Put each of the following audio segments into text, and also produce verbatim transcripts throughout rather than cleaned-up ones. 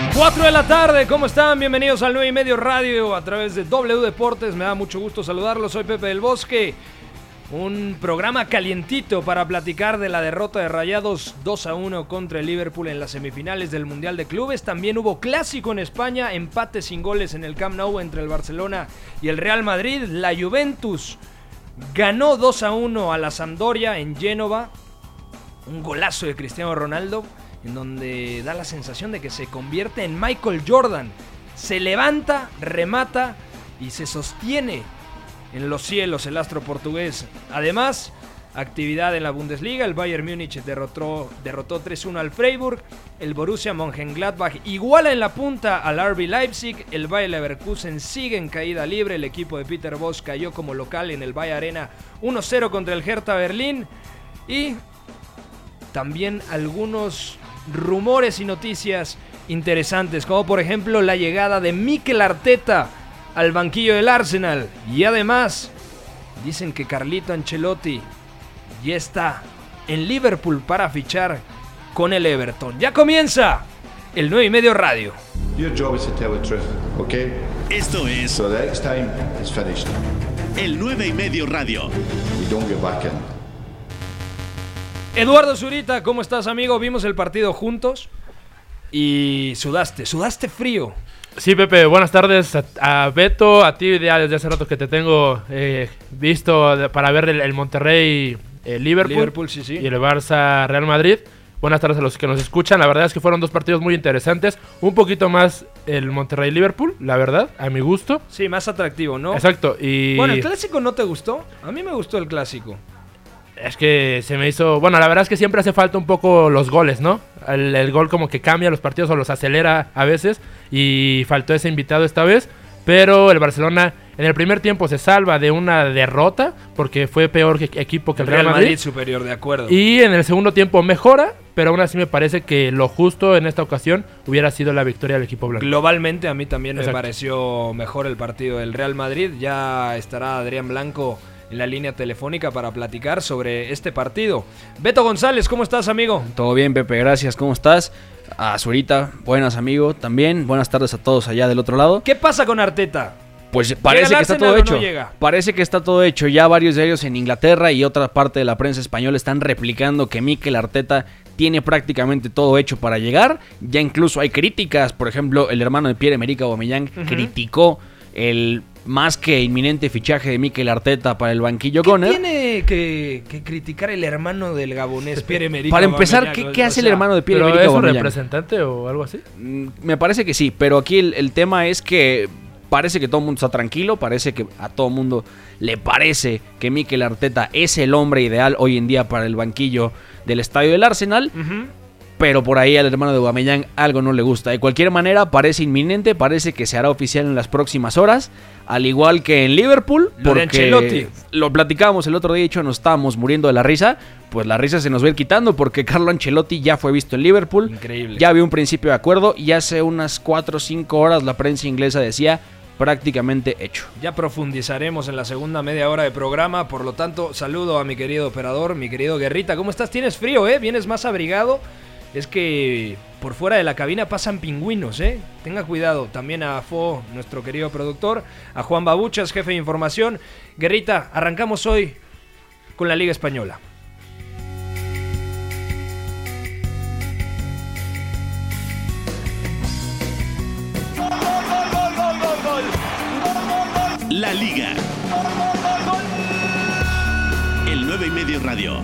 cuatro de la tarde, ¿cómo están? Bienvenidos al nueve y medio Radio a través de W Deportes. Me da mucho gusto saludarlos, soy Pepe del Bosque. Un programa calientito para platicar de la derrota de Rayados dos a uno contra el Liverpool en las semifinales del Mundial de Clubes. También hubo clásico en España, empate sin goles en el Camp Nou entre el Barcelona y el Real Madrid. La Juventus ganó dos a uno a la Sampdoria en Génova. Un golazo de Cristiano Ronaldo, en donde da la sensación de que se convierte en Michael Jordan. Se levanta, remata y se sostiene en los cielos el astro portugués. Además, actividad en la Bundesliga. El Bayern Múnich derrotó, derrotó tres uno al Freiburg. El Borussia Mönchengladbach iguala en la punta al R B Leipzig. El Bayer Leverkusen sigue en caída libre. El equipo de Peter Bosz cayó como local en el Bayer Arena uno cero contra el Hertha Berlín. Y también algunos rumores y noticias interesantes, como por ejemplo la llegada de Mikel Arteta al banquillo del Arsenal. Y además dicen que Carlito Ancelotti ya está en Liverpool para fichar con el Everton. Ya comienza el nueve y medio Radio. Your job is to tell the truth, okay? Esto es So the next time is finished. el nueve y medio Radio. We don't get back in. Eduardo Zurita, ¿cómo estás, amigo? Vimos el partido juntos y sudaste, sudaste frío. Sí, Pepe, buenas tardes a, a Beto, a ti ya desde hace rato que te tengo eh, visto de, para ver el, el Monterrey eh, Liverpool, Liverpool sí, sí. y el Barça Real Madrid. Buenas tardes a los que nos escuchan. La verdad es que fueron dos partidos muy interesantes. Un poquito más el Monterrey Liverpool, la verdad, a mi gusto. Sí, más atractivo, ¿no? Exacto. Y Bueno, ¿el clásico no te gustó? A mí me gustó el clásico. es que se me hizo... Bueno, la verdad es que siempre hace falta un poco los goles, ¿no? El, el gol como que cambia los partidos o los acelera a veces. Y faltó ese invitado esta vez. Pero el Barcelona en el primer tiempo se salva de una derrota porque fue peor que, equipo que el Real, Real Madrid. Madrid superior, de acuerdo. Y en el segundo tiempo mejora, pero aún así me parece que lo justo en esta ocasión hubiera sido la victoria del equipo blanco. Globalmente a mí también Exacto. me pareció mejor el partido del Real Madrid. Ya estará Adrián Blanco en la línea telefónica para platicar sobre este partido. Beto González, ¿cómo estás, amigo? Todo bien, Pepe, gracias. ¿Cómo estás? A Zurita, buenas, amigo, también. Buenas tardes a todos allá del otro lado. ¿Qué pasa con Arteta? Pues parece que está todo hecho. Parece que está todo hecho. Ya varios de ellos en Inglaterra y otra parte de la prensa española están replicando que Mikel Arteta tiene prácticamente todo hecho para llegar. Ya incluso hay críticas. Por ejemplo, el hermano de Pierre-Emerick Aubameyang uh-huh. criticó el más que inminente fichaje de Mikel Arteta para el banquillo ¿Qué Goner. tiene que, que criticar el hermano del gabonés, Pierre-Emerick Para empezar, Aubameyang? ¿qué, qué hace o sea, el hermano de Pierre-Emerick ¿Pero Aubameyang? es un representante o algo así? Me parece que sí, pero aquí el, el tema es que parece que todo el mundo está tranquilo, parece que a todo el mundo le parece que Mikel Arteta es el hombre ideal hoy en día para el banquillo del estadio del Arsenal. Uh-huh. Pero por ahí al hermano de Aubameyang algo no le gusta. De cualquier manera, parece inminente, parece que se hará oficial en las próximas horas, al igual que en Liverpool, lo porque de Ancelotti. Lo platicábamos el otro día, de hecho nos estábamos muriendo de la risa, pues la risa se nos va a ir quitando porque Carlo Ancelotti ya fue visto en Liverpool. Increíble. Ya había un principio de acuerdo y hace unas cuatro o cinco horas la prensa inglesa decía prácticamente hecho. Ya profundizaremos en la segunda media hora de programa, por lo tanto, saludo a mi querido operador, mi querido Guerrita. ¿Cómo estás? ¿Tienes frío, eh? ¿Vienes más abrigado? Es que por fuera de la cabina pasan pingüinos, ¿eh? Tenga cuidado. También a Fo, nuestro querido productor, a Juan Babuchas, jefe de información. Guerrita, arrancamos hoy con la Liga Española. La Liga. El nueve y medio Radio.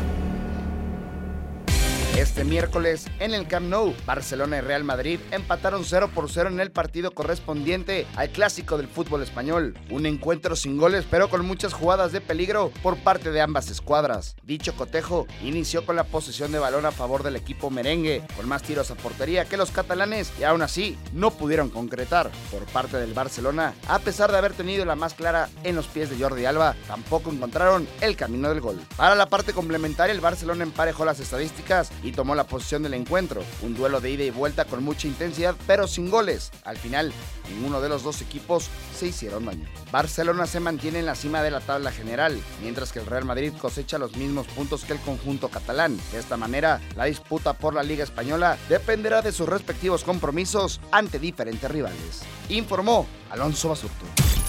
Este miércoles, en el Camp Nou, Barcelona y Real Madrid empataron cero por cero en el partido correspondiente al clásico del fútbol español. Un encuentro sin goles, pero con muchas jugadas de peligro por parte de ambas escuadras. Dicho cotejo inició con la posesión de balón a favor del equipo merengue, con más tiros a portería que los catalanes, y aún así no pudieron concretar. Por parte del Barcelona, a pesar de haber tenido la más clara en los pies de Jordi Alba, tampoco encontraron el camino del gol. Para la parte complementaria, el Barcelona emparejó las estadísticas y tomó tomó la posición del encuentro. Un duelo de ida y vuelta con mucha intensidad, pero sin goles. Al final, ninguno de los dos equipos se hicieron daño. Barcelona se mantiene en la cima de la tabla general, mientras que el Real Madrid cosecha los mismos puntos que el conjunto catalán. De esta manera, la disputa por la Liga Española dependerá de sus respectivos compromisos ante diferentes rivales. Informó Alonso Basurto.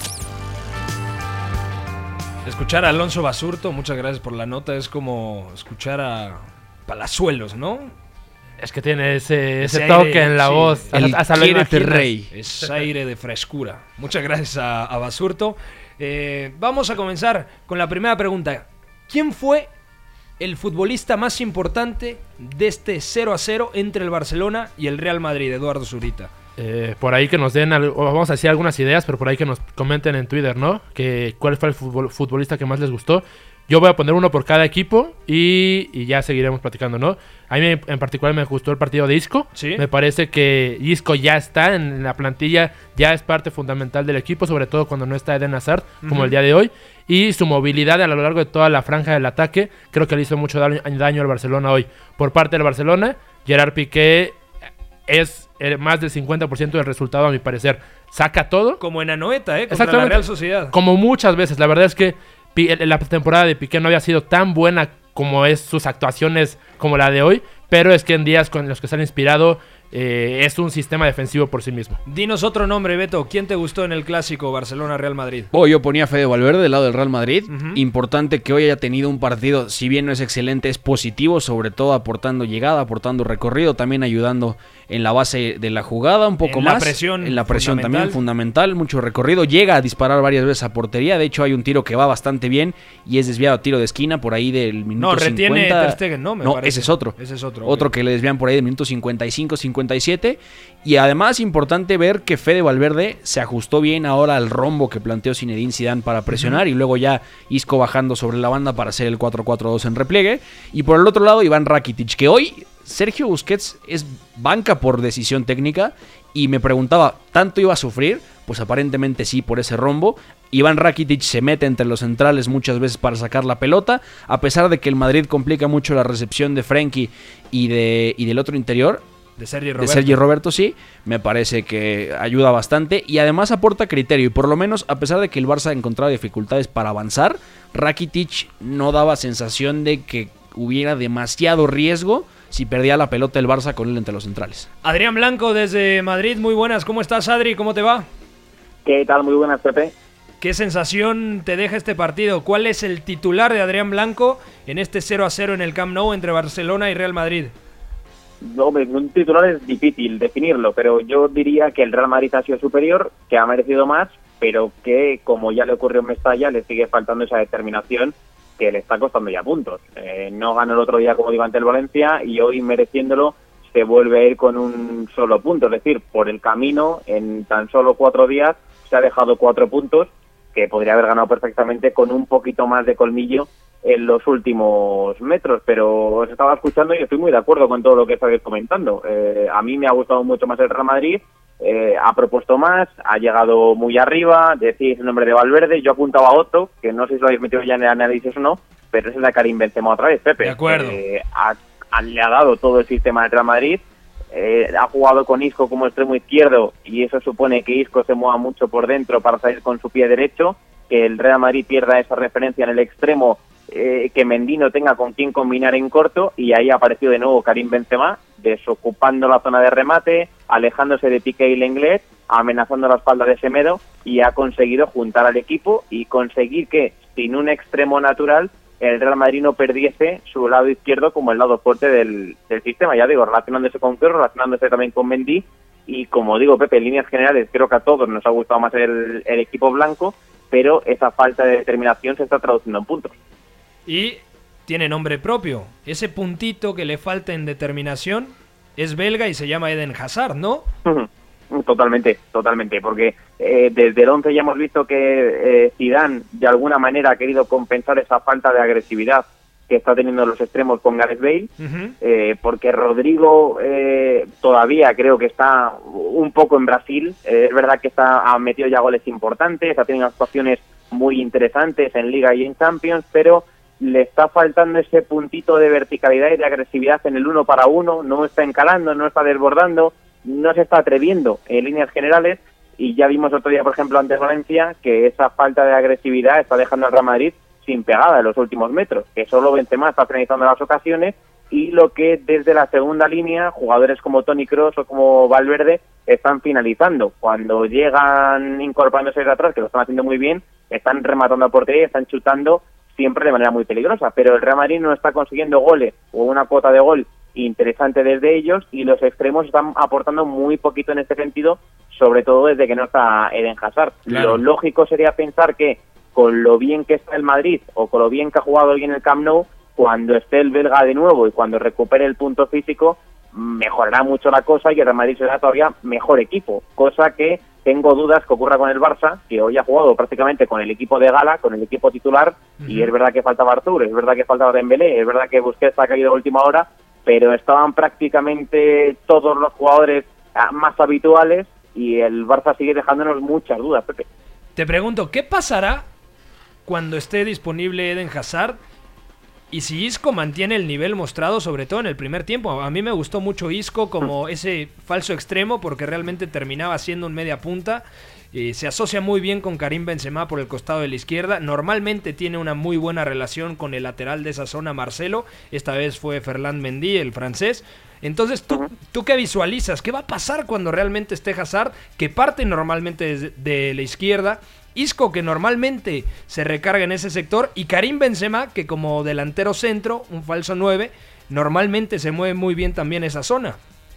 Escuchar a Alonso Basurto, muchas gracias por la nota, es como escuchar a Palazuelos, ¿no? Es que tiene ese, ese, Ese toque aire, en la sí. voz. El Hasta lo quiérete imaginas. rey. Es aire de frescura. Muchas gracias a, a Basurto. Eh, vamos a comenzar con la primera pregunta. ¿Quién fue el futbolista más importante de este cero a cero entre el Barcelona y el Real Madrid, Eduardo Zurita? Eh, por ahí que nos den, al- o vamos a decir algunas ideas, pero por ahí que nos comenten en Twitter, ¿no? Que cuál fue el futbol- futbolista que más les gustó. Yo voy a poner uno por cada equipo y, y ya seguiremos platicando, ¿no? A mí me- en particular me gustó el partido de Isco. Sí. Me parece que Isco ya está en la plantilla, ya es parte fundamental del equipo, sobre todo cuando no está Eden Hazard, como Ujú. el día de hoy. Y su movilidad a lo largo de toda la franja del ataque, creo que le hizo mucho daño, daño al Barcelona hoy. Por parte del Barcelona, Gerard Piqué es eh, más del cincuenta por ciento del resultado, a mi parecer. Saca todo, Como en Anoeta, ¿eh? Contra la Exactamente. Real Sociedad. como muchas veces. La verdad es que Pi- el- la temporada de Piqué no había sido tan buena como es sus actuaciones como la de hoy, pero es que en días con los que se han inspirado eh, es un sistema defensivo por sí mismo. Dinos otro nombre, Beto. ¿Quién te gustó en el clásico Barcelona-Real Madrid? Oh, yo ponía a Fede Valverde del lado del Real Madrid. Ujú. Importante que hoy haya tenido un partido, si bien no es excelente, es positivo, sobre todo aportando llegada, aportando recorrido, también ayudando en la base de la jugada un poco En la más. presión, en la presión fundamental. también, fundamental, mucho recorrido. Llega a disparar varias veces a portería. De hecho, hay un tiro que va bastante bien y es desviado a tiro de esquina por ahí del minuto No, retiene cincuenta. Ter Stegen, ¿no? Me no, parece. ese es otro. Ese es otro. Otro ok. que le desvían por ahí del minuto cincuenta y cinco, cincuenta y siete. Y además, importante ver que Fede Valverde se ajustó bien ahora al rombo que planteó Zinedine Zidane para presionar. Y luego ya Isco bajando sobre la banda para hacer el cuatro cuatro dos en repliegue. Y por el otro lado, Iván Rakitic, que hoy Sergio Busquets es banca por decisión técnica. Y me preguntaba, ¿tanto iba a sufrir? Pues aparentemente sí, por ese rombo. Iván Rakitic se mete entre los centrales muchas veces para sacar la pelota. A pesar de que el Madrid complica mucho la recepción de Frenkie y, de, y del otro interior, De Sergi de Roberto. Sergi Roberto, sí, me parece que ayuda bastante y además aporta criterio. Y por lo menos, a pesar de que el Barça encontraba dificultades para avanzar, Rakitic no daba sensación de que hubiera demasiado riesgo si perdía la pelota el Barça con él entre los centrales. Adrián Blanco desde Madrid, muy buenas. ¿Cómo estás, Adri? ¿Cómo te va? ¿Qué tal? Muy buenas, Pepe. ¿Qué sensación te deja este partido? ¿Cuál es el titular de Adrián Blanco en este cero a cero en el Camp Nou entre Barcelona y Real Madrid? No, hombre, un titular es difícil definirlo, pero yo diría que el Real Madrid ha sido superior, que ha merecido más, pero que, como ya le ocurrió en Mestalla, le sigue faltando esa determinación que le está costando ya puntos. Eh, no ganó el otro día, como digo, ante el Valencia, y hoy, mereciéndolo, se vuelve a ir con un solo punto. Es decir, por el camino, en tan solo cuatro días, se ha dejado cuatro puntos, que podría haber ganado perfectamente con un poquito más de colmillo en los últimos metros, pero os estaba escuchando y estoy muy de acuerdo con todo lo que estáis comentando. Eh, a mí me ha gustado mucho más el Real Madrid, eh, ha propuesto más, ha llegado muy arriba, decís el nombre de Valverde, yo apuntaba a otro, que no sé si lo habéis metido ya en el análisis o no, pero es el de Karim Benzema otra vez, Pepe. De acuerdo. Eh, ha- ha- le ha dado todo el sistema del Real Madrid, eh, ha jugado con Isco como extremo izquierdo y eso supone que Isco se mueva mucho por dentro para salir con su pie derecho, que el Real Madrid pierda esa referencia en el extremo, eh, que Mendy no tenga con quién combinar en corto, y ahí apareció de nuevo Karim Benzema, desocupando la zona de remate, alejándose de Piqué y Lenglet, amenazando la espalda de Semedo, y ha conseguido juntar al equipo y conseguir que, sin un extremo natural, el Real Madrid no perdiese su lado izquierdo como el lado fuerte del, del sistema. Ya digo, relacionándose con Ferro, relacionándose también con Mendy, y como digo, Pepe, en líneas generales creo que a todos nos ha gustado más el, el equipo blanco, pero esa falta de determinación se está traduciendo en puntos. Y tiene nombre propio. Ese puntito que le falta en determinación es belga y se llama Eden Hazard, ¿no? Totalmente, totalmente, porque eh, desde el once ya hemos visto que eh, Zidane de alguna manera ha querido compensar esa falta de agresividad que está teniendo los extremos con Gareth Bale, Uh-huh. eh, porque Rodrigo eh, todavía creo que está un poco en Brasil. Eh, es verdad que está, ha metido ya goles importantes, ha tenido actuaciones muy interesantes en Liga y en Champions, pero le está faltando ese puntito de verticalidad y de agresividad en el uno para uno, no está encalando, no está desbordando, no se está atreviendo en líneas generales, y ya vimos otro día, por ejemplo, ante Valencia, que esa falta de agresividad está dejando al Real Madrid sin pegada en los últimos metros, que solo Benzema está finalizando las ocasiones, y lo que desde la segunda línea, jugadores como Toni Kroos o como Valverde están finalizando. Cuando llegan incorporándose desde atrás, que lo están haciendo muy bien, están rematando a portería y están chutando siempre de manera muy peligrosa, pero el Real Madrid no está consiguiendo goles o una cuota de gol interesante desde ellos, y los extremos están aportando muy poquito en este sentido, sobre todo desde que no está Eden Hazard. Claro. Lo lógico sería pensar que con lo bien que está el Madrid o con lo bien que ha jugado hoy en el Camp Nou, cuando esté el belga de nuevo y cuando recupere el punto físico, mejorará mucho la cosa y el Real Madrid será todavía mejor equipo, cosa que tengo dudas que ocurra con el Barça, que hoy ha jugado prácticamente con el equipo de gala, con el equipo titular, uh-huh. y es verdad que faltaba Artur, es verdad que faltaba Dembélé, es verdad que Busquets ha caído a última hora, pero estaban prácticamente todos los jugadores más habituales y el Barça sigue dejándonos muchas dudas, Pepe. Te pregunto, ¿qué pasará cuando esté disponible Eden Hazard? Y si Isco mantiene el nivel mostrado, sobre todo en el primer tiempo. A mí me gustó mucho Isco como ese falso extremo, porque realmente terminaba siendo un media punta. Eh, se asocia muy bien con Karim Benzema por el costado de la izquierda. Normalmente tiene una muy buena relación con el lateral de esa zona, Marcelo. Esta vez fue Ferland Mendy, el francés. Entonces, ¿tú, ¿tú qué visualizas? ¿Qué va a pasar cuando realmente esté Hazard, que parte normalmente de, de la izquierda? Isco, que normalmente se recarga en ese sector, y Karim Benzema, que como delantero centro, un falso nueve, normalmente se mueve muy bien también esa zona.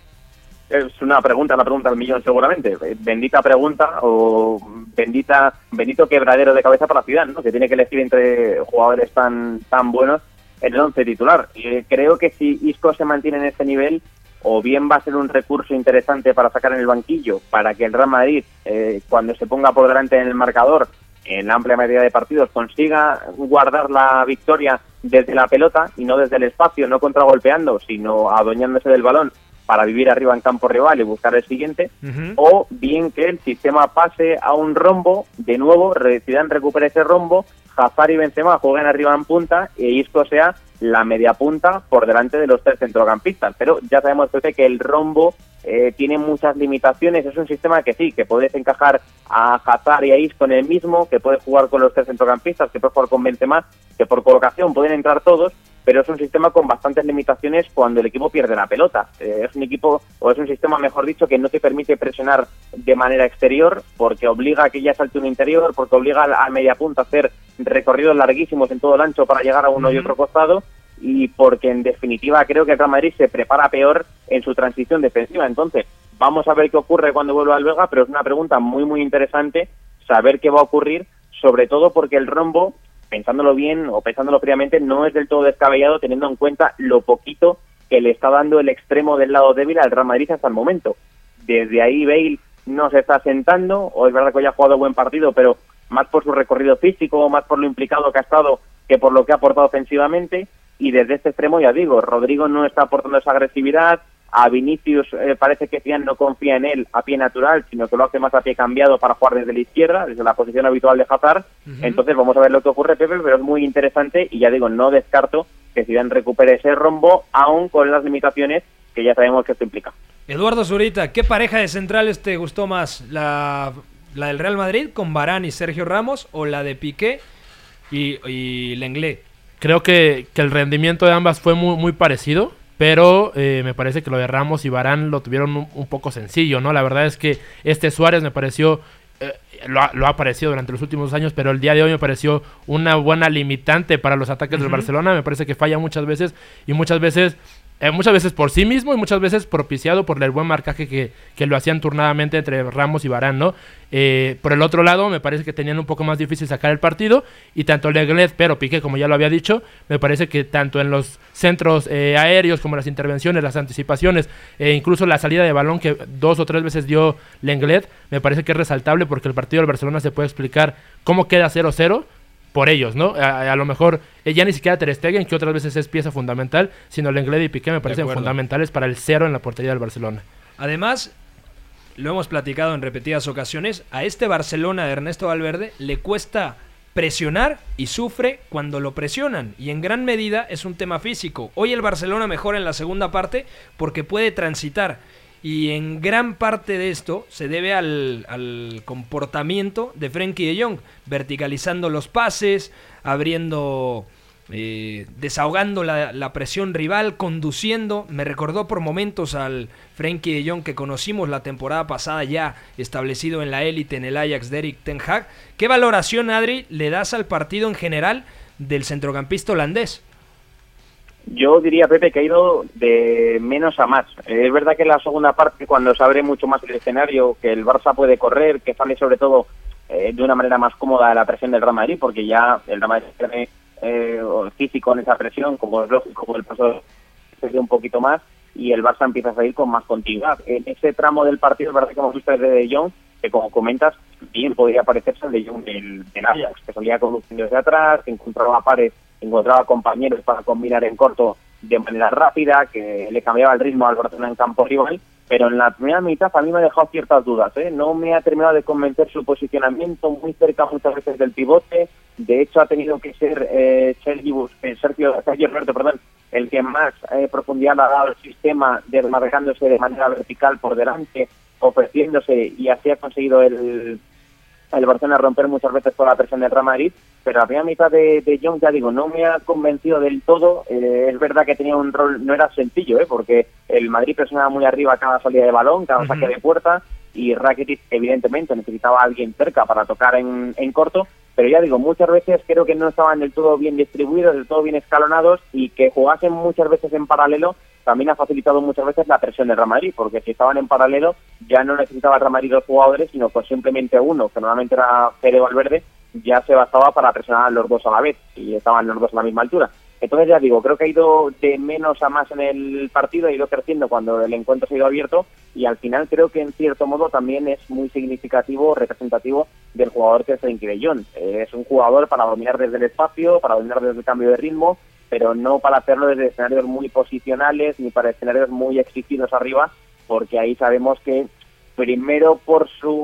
Es una pregunta, una pregunta al millón seguramente. Bendita pregunta o bendita bendito quebradero de cabeza para Zidane, ¿no? Que tiene que elegir entre jugadores tan tan buenos en el once titular. Y creo que si Isco se mantiene en este nivel, o bien va a ser un recurso interesante para sacar en el banquillo, para que el Real Madrid, eh, cuando se ponga por delante en el marcador, en la amplia mayoría de partidos, consiga guardar la victoria desde la pelota y no desde el espacio, no contragolpeando, sino adueñándose del balón para vivir arriba en campo rival y buscar el siguiente, uh-huh. o bien que el sistema pase a un rombo, de nuevo, Zidane recupere ese rombo, Hazard y Benzema jueguen arriba en punta e Isco sea la media punta por delante de los tres centrocampistas. Pero ya sabemos, Pepe, que el rombo eh, tiene muchas limitaciones. Es un sistema que sí, que puedes encajar a Hazard y a Isco en el mismo, que puedes jugar con los tres centrocampistas, que puedes jugar con Benzema, que por colocación pueden entrar todos, pero es un sistema con bastantes limitaciones cuando el equipo pierde la pelota. Eh, es un equipo, o es un sistema, mejor dicho, que no te permite presionar de manera exterior, porque obliga a que ya salte un interior, porque obliga a, a media punta a hacer recorridos larguísimos en todo el ancho para llegar a uno uh-huh. y otro costado, y porque en definitiva creo que el Real Madrid se prepara peor en su transición defensiva. Entonces, vamos a ver qué ocurre cuando vuelva al Vega, pero es una pregunta muy muy interesante saber qué va a ocurrir, sobre todo porque el rombo, pensándolo bien o pensándolo fríamente, no es del todo descabellado, teniendo en cuenta lo poquito que le está dando el extremo del lado débil al Real Madrid hasta el momento. Desde ahí Bale no se está sentando, o es verdad que hoy ha jugado buen partido, pero más por su recorrido físico, más por lo implicado que ha estado que por lo que ha aportado ofensivamente. Y desde este extremo, ya digo, Rodrigo no está aportando esa agresividad, a Vinicius eh, parece que Zidane no confía en él a pie natural, sino que lo hace más a pie cambiado para jugar desde la izquierda, desde la posición habitual de Hazard. Uh-huh. Entonces vamos a ver lo que ocurre, Pepe, pero es muy interesante y ya digo, no descarto que Zidane recupere ese rombo, aún con las limitaciones que ya sabemos que esto implica. Eduardo Zurita, ¿qué pareja de centrales te gustó más? ¿La, la del Real Madrid con Varane y Sergio Ramos o la de Piqué y, y Lenglet? Creo que, que el rendimiento de ambas fue muy, muy parecido, pero eh, me parece que lo de Ramos y Varane lo tuvieron un, un poco sencillo, ¿no? La verdad es que este Suárez me pareció, eh, lo, ha, lo ha parecido durante los últimos años, pero el día de hoy me pareció una buena limitante para los ataques uh-huh. del Barcelona. Me parece que falla muchas veces y muchas veces... Eh, muchas veces por sí mismo y muchas veces propiciado por el buen marcaje que, que lo hacían turnadamente entre Ramos y Varane, ¿no? Eh, por el otro lado, me parece que tenían un poco más difícil sacar el partido y tanto Lenglet, pero Piqué, como ya lo había dicho, me parece que tanto en los centros eh, aéreos como las intervenciones, las anticipaciones, e incluso la salida de balón que dos o tres veces dio Lenglet, me parece que es resaltable porque el partido del Barcelona se puede explicar cómo queda cero cero por ellos, ¿no? A, a lo mejor eh, ya ni siquiera Ter Stegen, que otras veces es pieza fundamental, sino Lenglet y Piqué me parecen fundamentales para el cero en la portería del Barcelona. Además, lo hemos platicado en repetidas ocasiones, a este Barcelona de Ernesto Valverde le cuesta presionar y sufre cuando lo presionan, y en gran medida es un tema físico. Hoy el Barcelona mejora en la segunda parte porque puede transitar, y en gran parte de esto se debe al, al comportamiento de Frenkie de Jong, verticalizando los pases, abriendo, eh, desahogando la, la presión rival, conduciendo. Me recordó por momentos al Frenkie de Jong que conocimos la temporada pasada, ya establecido en la élite en el Ajax de Erik ten Hag. ¿Qué valoración, Adri, le das al partido en general del centrocampista holandés? Yo diría, Pepe, que ha ido de menos a más. Eh, es verdad que en la segunda parte, cuando se abre mucho más el escenario, que el Barça puede correr, que sale sobre todo eh, de una manera más cómoda de la presión del Real Madrid, porque ya el Real Madrid tiene eh, físico en esa presión, como es lógico, como el paso se un poquito más, y el Barça empieza a salir con más continuidad. En ese tramo del partido, es verdad que hemos visto desde De Jong, que como comentas, bien podría parecerse al De Jong del, del Ajax, que salía conduciendo desde atrás, que encontraba pares, encontraba compañeros para combinar en corto de manera rápida, que le cambiaba el ritmo al Barcelona en campo rival, pero en la primera mitad a mí me ha dejado ciertas dudas, ¿eh? No me ha terminado de convencer su posicionamiento, muy cerca muchas veces del pivote. De hecho ha tenido que ser eh, Sergio, eh, Sergio, Sergio Roberto, perdón, el que más eh, profundidad le ha dado el sistema, desmarcándose de manera vertical por delante, ofreciéndose, y así ha conseguido el el Barcelona romper muchas veces con la presión del Real Madrid, pero la primera mitad de, de Jong, ya digo, no me ha convencido del todo. Eh, es verdad que tenía un rol, no era sencillo, ¿eh? Porque el Madrid presionaba muy arriba cada salida de balón, cada saque de puerta, y Rakitic evidentemente necesitaba a alguien cerca para tocar en, en corto, pero ya digo, muchas veces creo que no estaban del todo bien distribuidos, del todo bien escalonados, y que jugasen muchas veces en paralelo también ha facilitado muchas veces la presión del Real Madrid, porque si estaban en paralelo ya no necesitaba el Real Madrid dos jugadores, sino con simplemente uno, que normalmente era Fede Valverde, ya se bastaba para presionar a los dos a la vez, y estaban los dos a la misma altura. Entonces ya digo, creo que ha ido de menos a más en el partido, ha ido creciendo cuando el encuentro se ha ido abierto, y al final creo que en cierto modo también es muy significativo, representativo del jugador que es Frenkie de Jong. Eh, es un jugador para dominar desde el espacio, para dominar desde el cambio de ritmo, pero no para hacerlo desde escenarios muy posicionales ni para escenarios muy exigidos arriba, porque ahí sabemos que primero por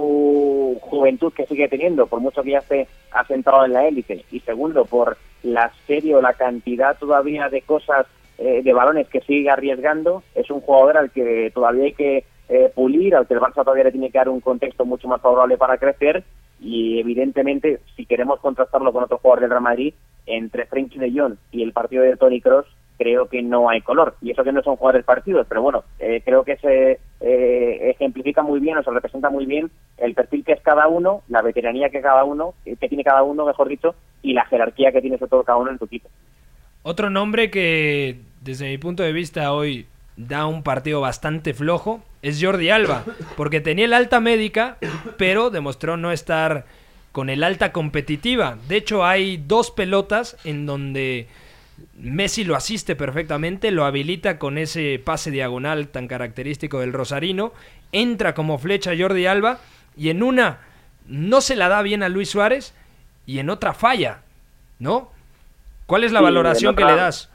su juventud que sigue teniendo, por mucho que ya esté asentado en la élite, y segundo por la serie o la cantidad todavía de cosas, eh, de balones que sigue arriesgando, es un jugador al que todavía hay que eh, pulir, al que el Barça todavía le tiene que dar un contexto mucho más favorable para crecer, y evidentemente si queremos contrastarlo con otro jugador del Real Madrid, entre Frenkie de Jong y el partido de Toni Kroos, creo que no hay color, y eso que no son jugadores partidos, pero bueno, eh, creo que se eh, ejemplifica muy bien, o se representa muy bien el perfil que es cada uno, la veteranía que cada uno, que tiene cada uno, mejor dicho, y la jerarquía que tiene sobre todo cada uno en tu equipo. Otro nombre que desde mi punto de vista hoy da un partido bastante flojo es Jordi Alba, porque tenía el alta médica, pero demostró no estar con el alta competitiva. De hecho, hay dos pelotas en donde Messi lo asiste perfectamente, lo habilita con ese pase diagonal tan característico del rosarino, entra como flecha Jordi Alba, y en una no se la da bien a Luis Suárez y en otra falla, ¿no? ¿Cuál es la sí, valoración otra... que le das?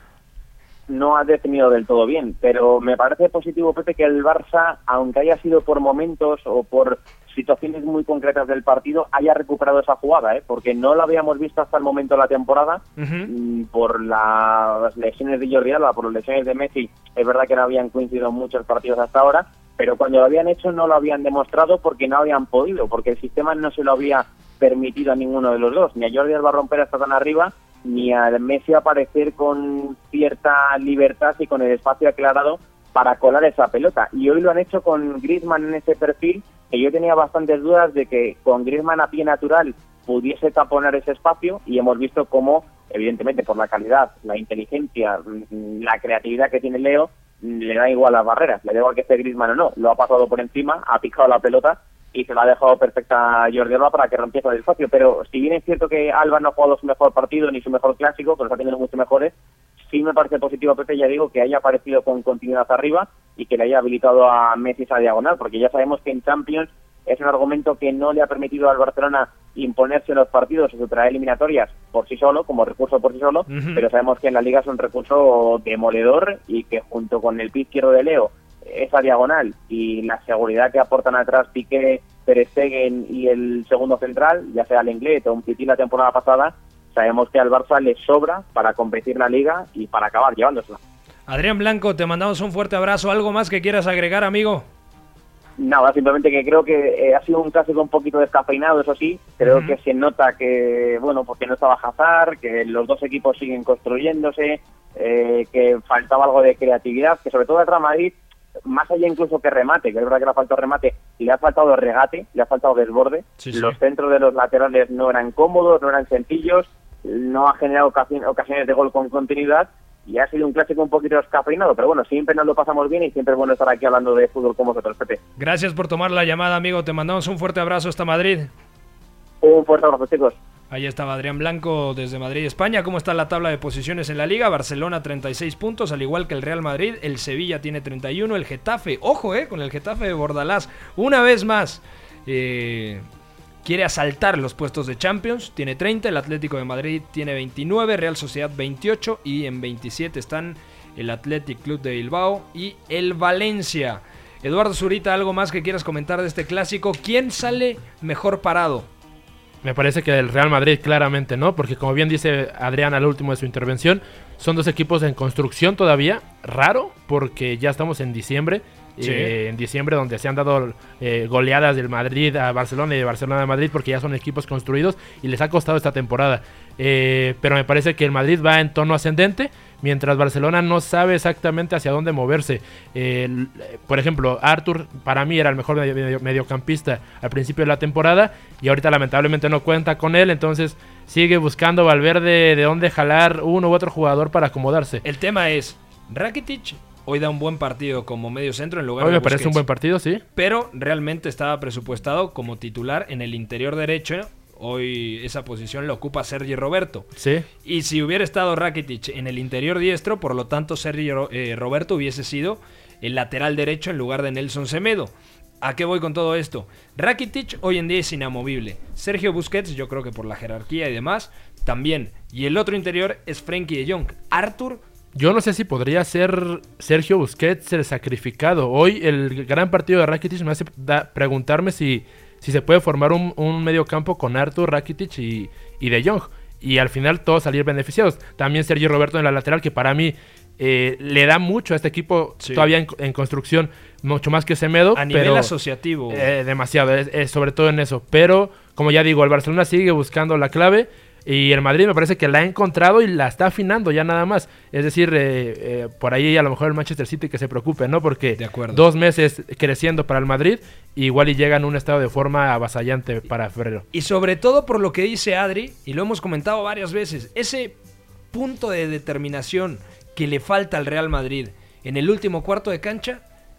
No ha definido del todo bien, pero me parece positivo, Pepe, que el Barça, aunque haya sido por momentos o por situaciones muy concretas del partido, haya recuperado esa jugada, ¿eh? Porque no la habíamos visto hasta el momento de la temporada, uh-huh. por las lesiones de Jordi Alba, por las lesiones de Messi. Es verdad que no habían coincidido muchos partidos hasta ahora, pero cuando lo habían hecho no lo habían demostrado porque no habían podido, porque el sistema no se lo había permitido a ninguno de los dos, ni a Jordi Alba romper hasta tan arriba, ni a Messi aparecer con cierta libertad y con el espacio aclarado para colar esa pelota. Y hoy lo han hecho con Griezmann en ese perfil, que yo tenía bastantes dudas de que con Griezmann a pie natural pudiese taponar ese espacio, y hemos visto cómo, evidentemente por la calidad, la inteligencia, la creatividad que tiene Leo, le da igual las barreras, le da igual que esté Griezmann o no, lo ha pasado por encima, ha picado la pelota y se la ha dejado perfecta a Jordi Alba para que rompiese el espacio. Pero si bien es cierto que Alba no ha jugado su mejor partido ni su mejor clásico, pero está teniendo mucho mejores, sí me parece positivo, Pepe, ya digo, que haya aparecido con continuidad arriba y que le haya habilitado a Messi esa diagonal, porque ya sabemos que en Champions es un argumento que no le ha permitido al Barcelona imponerse en los partidos o superar eliminatorias por sí solo, como recurso por sí solo, uh-huh. pero sabemos que en la Liga es un recurso demoledor, y que junto con el pie izquierdo de Leo, esa diagonal y la seguridad que aportan atrás Piqué Ter Stegen y el segundo central, ya sea Lenglet o Umtiti la temporada pasada, sabemos que al Barça le sobra para competir la Liga y para acabar llevándosela. Adrián Blanco, te mandamos un fuerte abrazo. ¿Algo más que quieras agregar, amigo? Nada, simplemente que creo que eh, ha sido un clásico un poquito descafeinado, eso sí. Creo Uh-huh. que se nota que, bueno, porque no estaba Hazard, que los dos equipos siguen construyéndose, eh, que faltaba algo de creatividad, que sobre todo el Real Madrid, más allá incluso que remate, que es verdad que le ha faltado remate, le ha faltado regate, le ha faltado desborde. Sí, sí. Los centros de los laterales no eran cómodos, no eran sencillos, no ha generado ocasi- ocasiones de gol con continuidad. Y ha sido un clásico un poquito descafeinado, pero bueno, siempre nos lo pasamos bien y siempre es bueno estar aquí hablando de fútbol con vosotros, Pepe. Gracias por tomar la llamada, amigo. Te mandamos un fuerte abrazo hasta Madrid. Un fuerte abrazo, chicos. Ahí estaba Adrián Blanco desde Madrid, España. ¿Cómo está la tabla de posiciones en la Liga? Barcelona treinta y seis puntos, al igual que el Real Madrid. El Sevilla tiene treinta y uno. El Getafe, ojo, eh, con el Getafe de Bordalás, una vez más, eh, quiere asaltar los puestos de Champions. Tiene treinta. El Atlético de Madrid tiene veintinueve. Real Sociedad veintiocho. Y en veintisiete están el Athletic Club de Bilbao y el Valencia. Eduardo Zurita, ¿algo más que quieras comentar de este clásico? ¿Quién sale mejor parado? Me parece que el Real Madrid claramente, ¿no? Porque como bien dice Adrián al último de su intervención, son dos equipos en construcción todavía. Raro, porque ya estamos en diciembre. Sí. Eh, en diciembre donde se han dado eh, goleadas del Madrid a Barcelona y de Barcelona a Madrid porque ya son equipos construidos y les ha costado esta temporada. Eh, pero me parece que el Madrid va en tono ascendente, mientras Barcelona no sabe exactamente hacia dónde moverse. Eh, por ejemplo, Arthur para mí era el mejor medio, medio, mediocampista al principio de la temporada y ahorita lamentablemente no cuenta con él, entonces sigue buscando Valverde de dónde jalar uno u otro jugador para acomodarse. El tema es, Rakitic hoy da un buen partido como medio centro en lugar Hoy de me parece Busquets, un buen partido, sí. pero realmente estaba presupuestado como titular en el interior derecho. Hoy esa posición la ocupa Sergi Roberto. Sí. Y si hubiera estado Rakitic en el interior diestro, por lo tanto Sergi eh, Roberto hubiese sido el lateral derecho en lugar de Nelson Semedo. ¿A qué voy con todo esto? Rakitic hoy en día es inamovible. Sergio Busquets, yo creo que por la jerarquía y demás, también. Y el otro interior es Frenkie de Jong. Arthur... Yo no sé si podría ser Sergio Busquets el sacrificado. Hoy el gran partido de Rakitic me hace da, preguntarme si, si se puede formar un, un medio campo con Arthur, Rakitic y, y De Jong. Y al final todos salir beneficiados. También Sergio Roberto en la lateral, que para mí eh, le da mucho a este equipo sí. todavía en, en construcción, mucho más que Semedo. A nivel pero, asociativo. Eh, demasiado, es, es sobre todo en eso. Pero, como ya digo, el Barcelona sigue buscando la clave. Y el Madrid me parece que la ha encontrado y la está afinando ya nada más. Es decir, eh, eh, por ahí a lo mejor el Manchester City que se preocupe, ¿no? Porque De acuerdo. dos meses creciendo para el Madrid, igual y llega en un estado de forma avasallante para febrero. Y sobre todo por lo que dice Adri, y lo hemos comentado varias veces, ese punto de determinación que le falta al Real Madrid en el último cuarto de cancha,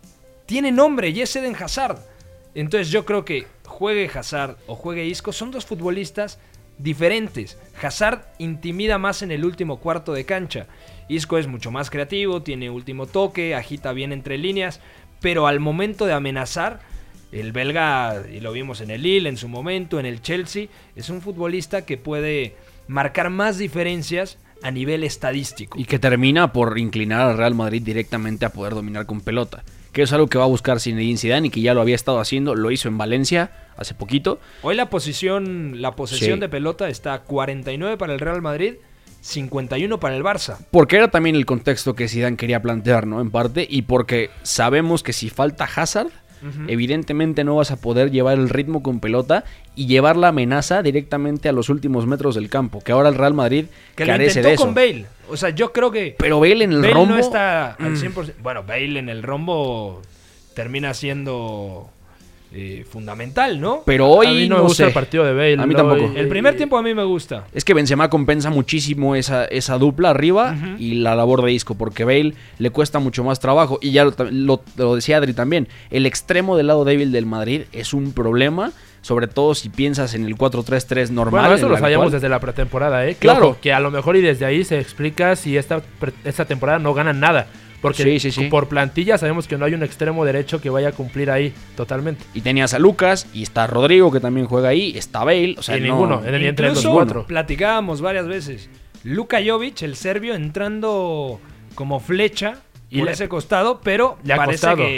tiene nombre y es Eden Hazard. Entonces yo creo que juegue Hazard o juegue Isco, son dos futbolistas diferentes. Hazard intimida más en el último cuarto de cancha. Isco es mucho más creativo, tiene último toque, agita bien entre líneas, pero al momento de amenazar, el belga, y lo vimos en el Lille en su momento, en el Chelsea, es un futbolista que puede marcar más diferencias a nivel estadístico. Y que termina por inclinar al Real Madrid directamente a poder dominar con pelota, que es algo que va a buscar Zinedine Zidane y que ya lo había estado haciendo, lo hizo en Valencia hace poquito. Hoy la posición, la posesión Sí. de pelota está cuarenta y nueve para el Real Madrid, cincuenta y uno para el Barça. Porque era también el contexto que Zidane quería plantear, ¿no? En parte, y porque sabemos que si falta Hazard, uh-huh. evidentemente no vas a poder llevar el ritmo con pelota y llevar la amenaza directamente a los últimos metros del campo, que ahora el Real Madrid que carece lo intentó de eso. con Bale. O sea, yo creo que Pero Bale en el Bale rombo no está al cien por ciento. Bueno, Bale en el rombo termina siendo eh, fundamental, ¿no? Pero hoy a mí no, no me gusta sé. el partido de Bale. A mí no, tampoco. y- El primer tiempo a mí me gusta. Es que Benzema compensa muchísimo esa, esa dupla arriba Ujú. y la labor de Isco, porque Bale le cuesta mucho más trabajo. Y ya lo, lo, lo decía Adri también, el extremo del lado débil del Madrid es un problema, sobre todo si piensas en el cuatro tres tres normal. Bueno, eso en lo el sabíamos actual. desde la pretemporada, ¿eh? Que, Claro. ojo, que a lo mejor y desde ahí se explica si esta, pre- esta temporada no ganan nada. Porque Sí, sí, sí. por plantilla sabemos que no hay un extremo derecho que vaya a cumplir ahí totalmente. Y tenías a Lucas, y está Rodrigo que también juega ahí, está Bale, o sea, Y no- ninguno, en el- entre los Incluso cuatro. platicábamos varias veces. Luka Jovic, el serbio, entrando como flecha Y por le- ese costado, pero le ha parece costado. que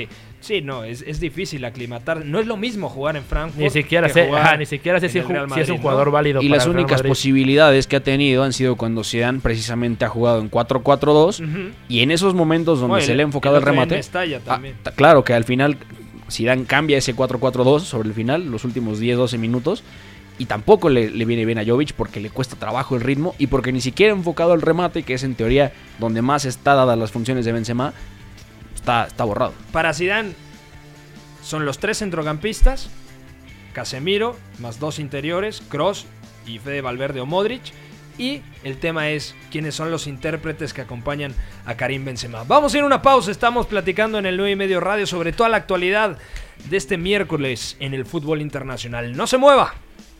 Sí, no, es, es difícil aclimatar. No es lo mismo jugar en Frankfurt. Ni siquiera que sé, jugar ajá, ni siquiera sé en si, el ju- Real si es un Madrid, jugador ¿no? válido. Y para las el Real únicas Madrid. posibilidades que ha tenido han sido cuando Zidane precisamente ha jugado en cuatro cuatro dos Ujú. y en esos momentos donde Bueno, se le ha enfocado el el otro día en remate. Mestalla Ah, también. t- claro que al final Zidane cambia ese cuatro cuatro dos sobre el final, los últimos diez doce minutos, y tampoco le, le viene bien a Jovic porque le cuesta trabajo el ritmo y porque ni siquiera ha enfocado el remate, que es en teoría donde más está dadas las funciones de Benzema, está, está borrado. Para Zidane son los tres centrocampistas, Casemiro, más dos interiores, Kroos y Fede Valverde o Modric. Y el tema es quiénes son los intérpretes que acompañan a Karim Benzema. Vamos a ir a una pausa, estamos platicando en el nueve y medio radio sobre toda la actualidad de este miércoles en el fútbol internacional. ¡No se mueva!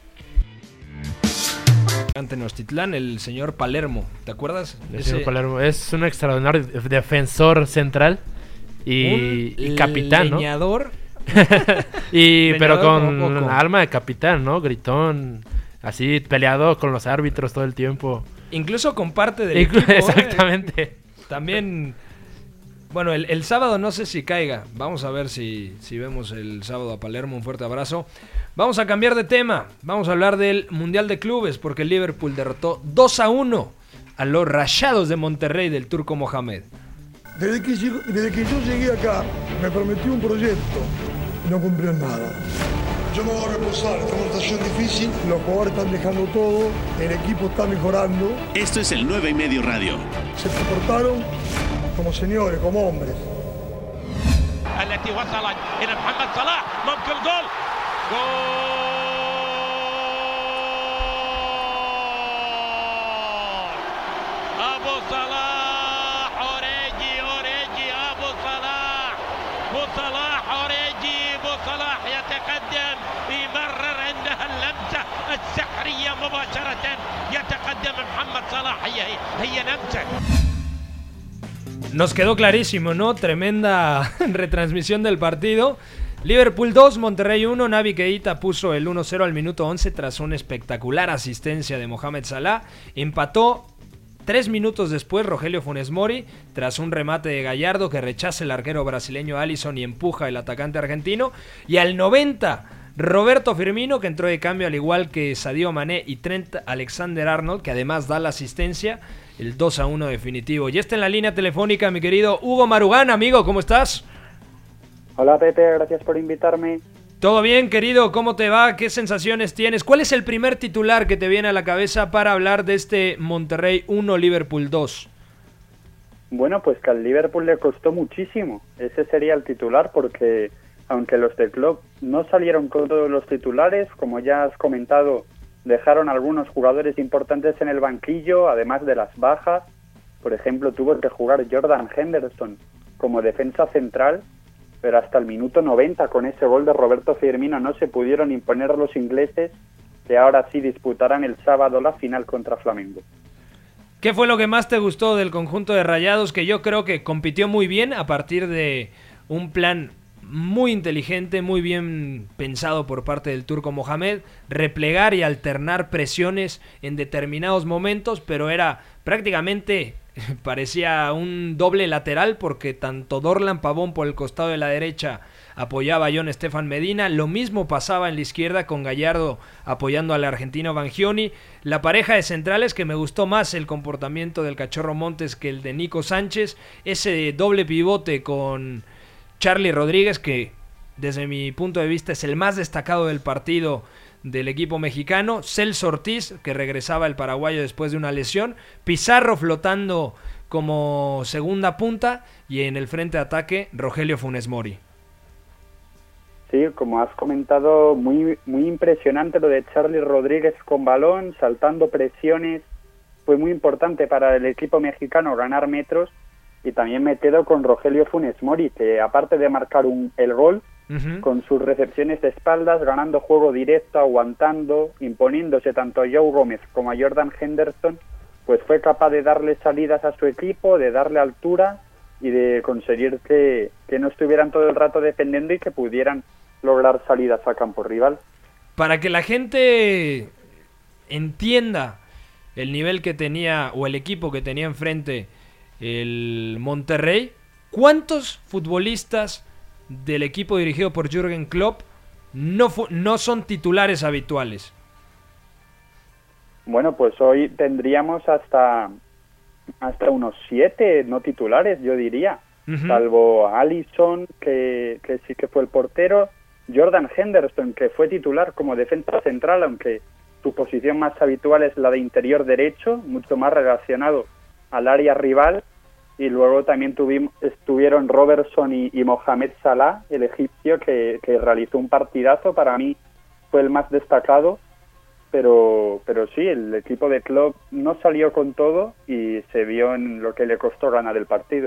Ante Tenochtitlán, el señor Palermo, ¿te acuerdas? El Ese- señor Palermo es un extraordinario defensor central y, un y capitán, ¿no? leñador. Y pero Leñador con como poco. alma de capitán, ¿no? Gritón, así peleado con los árbitros todo el tiempo. Incluso con parte del Inclu- equipo. ¿eh? Exactamente. También, bueno, el, el sábado no sé si caiga. Vamos a ver si, si vemos el sábado a Palermo. Un fuerte abrazo. Vamos a cambiar de tema. Vamos a hablar del Mundial de Clubes porque el Liverpool derrotó dos a uno a los Rayados de Monterrey del Turco Mohamed. Desde que, llegó- desde que yo llegué acá, me prometió un proyecto y no cumplió nada. Yo me voy a reposar, esta es una situación difícil, los jugadores están dejando todo, el equipo está mejorando, Esto es el nueve y medio radio. se comportaron como señores, como hombres. التي وصلت إلى محمد صلاح ممكن جول جول أبو صلاح أوريجي أوريجي أبو صلاح أبو صلاح أوريجي أبو صلاح يتقدم يمرر عندها اللمسة السحرية مباشرة يتقدم محمد صلاح هي هي, هي لمسة. Nos quedó clarísimo, ¿no? Tremenda retransmisión del partido. Liverpool dos, Monterrey uno. Naby Keita puso el uno cero al minuto once tras una espectacular asistencia de Mohamed Salah. Empató tres minutos después Rogelio Funes Mori tras un remate de Gallardo que rechaza el arquero brasileño Alisson y empuja el atacante argentino. Y al noventa, Roberto Firmino, que entró de cambio al igual que Sadio Mané y Trent Alexander-Arnold, que además da la asistencia. El dos a uno definitivo. Y está en la línea telefónica mi querido Hugo Marugán. Amigo, ¿cómo estás? Hola Pepe, gracias por invitarme. ¿Todo bien, querido? ¿Cómo te va? ¿Qué sensaciones tienes? ¿Cuál es el primer titular que te viene a la cabeza para hablar de este Monterrey uno, Liverpool dos? Bueno, pues que al Liverpool le costó muchísimo. Ese sería el titular porque aunque los de Klopp no salieron con todos los titulares, como ya has comentado, dejaron algunos jugadores importantes en el banquillo, además de las bajas. Por ejemplo, tuvo que jugar Jordan Henderson como defensa central, pero hasta el minuto noventa con ese gol de Roberto Firmino no se pudieron imponer los ingleses, que ahora sí disputarán el sábado la final contra Flamengo. ¿Qué fue lo que más te gustó del conjunto de Rayados? Que yo creo que compitió muy bien a partir de un plan muy inteligente, muy bien pensado por parte del Turco Mohamed, replegar y alternar presiones en determinados momentos, pero era prácticamente, parecía un doble lateral porque tanto Dorlan Pavón por el costado de la derecha apoyaba a John Estefan Medina, lo mismo pasaba en la izquierda con Gallardo apoyando al argentino Bangioni, la pareja de centrales que me gustó más el comportamiento del Cachorro Montes que el de Nico Sánchez, ese doble pivote con Charlie Rodríguez, que desde mi punto de vista es el más destacado del partido del equipo mexicano, Celso Ortiz, que regresaba el paraguayo después de una lesión, Pizarro flotando como segunda punta y en el frente de ataque Rogelio Funes Mori. Sí, como has comentado, muy, muy impresionante lo de Charlie Rodríguez con balón, saltando presiones, fue muy importante para el equipo mexicano ganar metros. Y también me quedo con Rogelio Funes Mori, que aparte de marcar un, el gol, uh-huh. con sus recepciones de espaldas, ganando juego directo, aguantando, imponiéndose tanto a Joe Gómez como a Jordan Henderson, pues fue capaz de darle salidas a su equipo, de darle altura y de conseguir que, que no estuvieran todo el rato defendiendo y que pudieran lograr salidas a campo rival. Para que la gente entienda el nivel que tenía o el equipo que tenía enfrente el Monterrey, ¿cuántos futbolistas del equipo dirigido por Jürgen Klopp no, fu- no son titulares habituales? Bueno, pues hoy tendríamos hasta, hasta unos siete no titulares, yo diría. Uh-huh. Salvo Alisson, que, que sí que fue el portero, Jordan Henderson, que fue titular como defensa central, aunque su posición más habitual es la de interior derecho, mucho más relacionado al área rival. Y luego también tuvimos, estuvieron Robertson y, y Mohamed Salah, el egipcio, que, que realizó un partidazo. Para mí fue el más destacado, pero, pero sí, el equipo de Klopp no salió con todo y se vio en lo que le costó ganar el partido.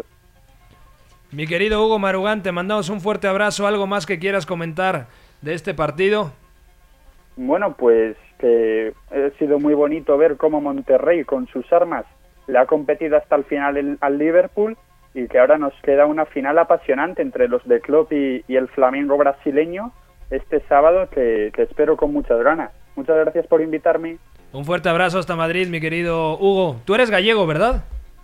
Mi querido Hugo Marugán, te mandamos un fuerte abrazo. ¿Algo más que quieras comentar de este partido? Bueno, pues que ha sido muy bonito ver cómo Monterrey con sus armas le ha competido hasta el final el, al Liverpool, y que ahora nos queda una final apasionante entre los de Klopp y, y el Flamengo brasileño este sábado, que, que espero con muchas ganas. Muchas gracias por invitarme. Un fuerte abrazo hasta Madrid, mi querido Hugo. Tú eres gallego, ¿verdad?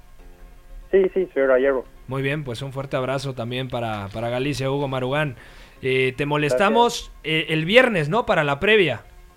Sí, sí, soy gallego. Muy bien, pues un fuerte abrazo también para, para Galicia, Hugo Marugán. Eh, te molestamos eh, el viernes, ¿no? Para la previa.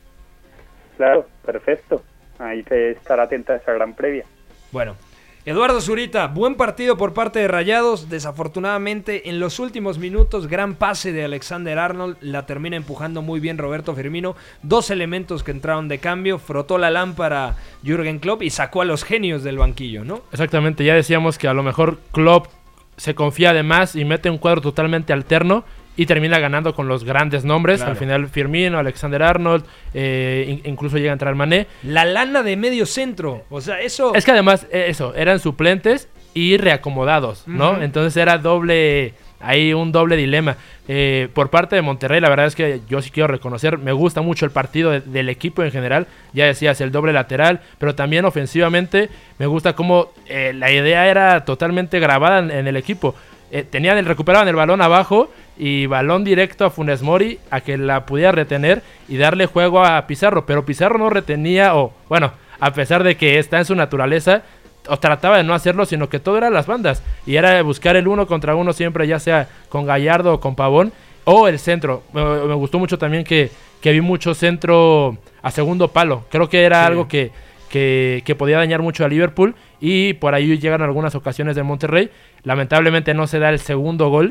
Claro, perfecto. Hay que estar atenta a esa gran previa. Bueno, Eduardo Zurita, buen partido por parte de Rayados. Desafortunadamente, en los últimos minutos, gran pase de Alexander Arnold. La termina empujando muy bien Roberto Firmino. Dos elementos que entraron de cambio. Frotó la lámpara Jürgen Klopp y sacó a los genios del banquillo, ¿no? Exactamente, ya decíamos que a lo mejor Klopp se confía de más y mete un cuadro totalmente alterno y termina ganando con los grandes nombres. Claro. Al final Firmino, Alexander Arnold, eh, incluso llega a entrar Mané. La lana de medio centro, o sea, eso... Es que además, eso, eran suplentes y reacomodados, ¿no? Uh-huh. Entonces era doble, ahí un doble dilema. Eh, por parte de Monterrey, la verdad es que yo sí quiero reconocer, me gusta mucho el partido de, del equipo en general. Ya decías, el doble lateral, pero también ofensivamente me gusta cómo eh, la idea era totalmente grabada en, en el equipo. Eh, tenían el, recuperaban el balón abajo y balón directo a Funes Mori a que la pudiera retener y darle juego a Pizarro, pero Pizarro no retenía, o bueno, a pesar de que está en su naturaleza, o trataba de no hacerlo, sino que todo era las bandas y era buscar el uno contra uno siempre, ya sea con Gallardo o con Pavón, o el centro. Me, me gustó mucho también que, que vi mucho centro a segundo palo, creo que era sí. algo que Que, que podía dañar mucho a Liverpool, y por ahí llegan algunas ocasiones de Monterrey. Lamentablemente no se da el segundo gol,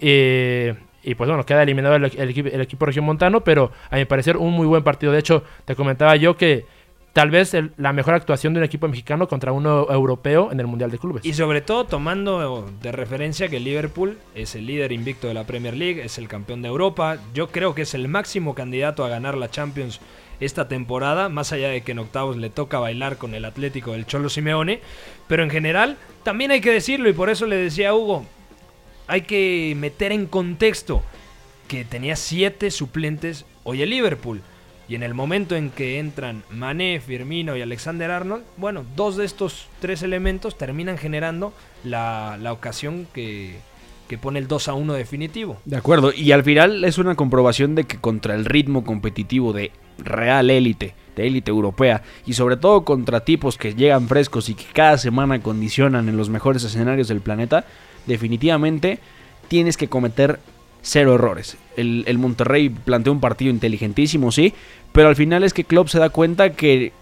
eh, y pues bueno, queda eliminado el, el, equipo, el equipo regiomontano, pero a mi parecer un muy buen partido. De hecho, te comentaba yo que tal vez el, la mejor actuación de un equipo mexicano contra uno europeo en el Mundial de Clubes. Y sobre todo tomando de referencia que Liverpool es el líder invicto de la Premier League, es el campeón de Europa. Yo creo que es el máximo candidato a ganar la Champions esta temporada, más allá de que en octavos le toca bailar con el Atlético del Cholo Simeone, pero en general también hay que decirlo, y por eso le decía a Hugo, hay que meter en contexto que tenía siete suplentes hoy el Liverpool, y en el momento en que entran Mané, Firmino y Alexander Arnold, bueno, dos de estos tres elementos terminan generando la, la ocasión que... que pone el dos a uno definitivo. De acuerdo, y al final es una comprobación de que contra el ritmo competitivo de real élite, de élite europea, y sobre todo contra tipos que llegan frescos y que cada semana condicionan en los mejores escenarios del planeta, definitivamente tienes que cometer cero errores. El, el Monterrey planteó un partido inteligentísimo, sí, pero al final es que Klopp se da cuenta que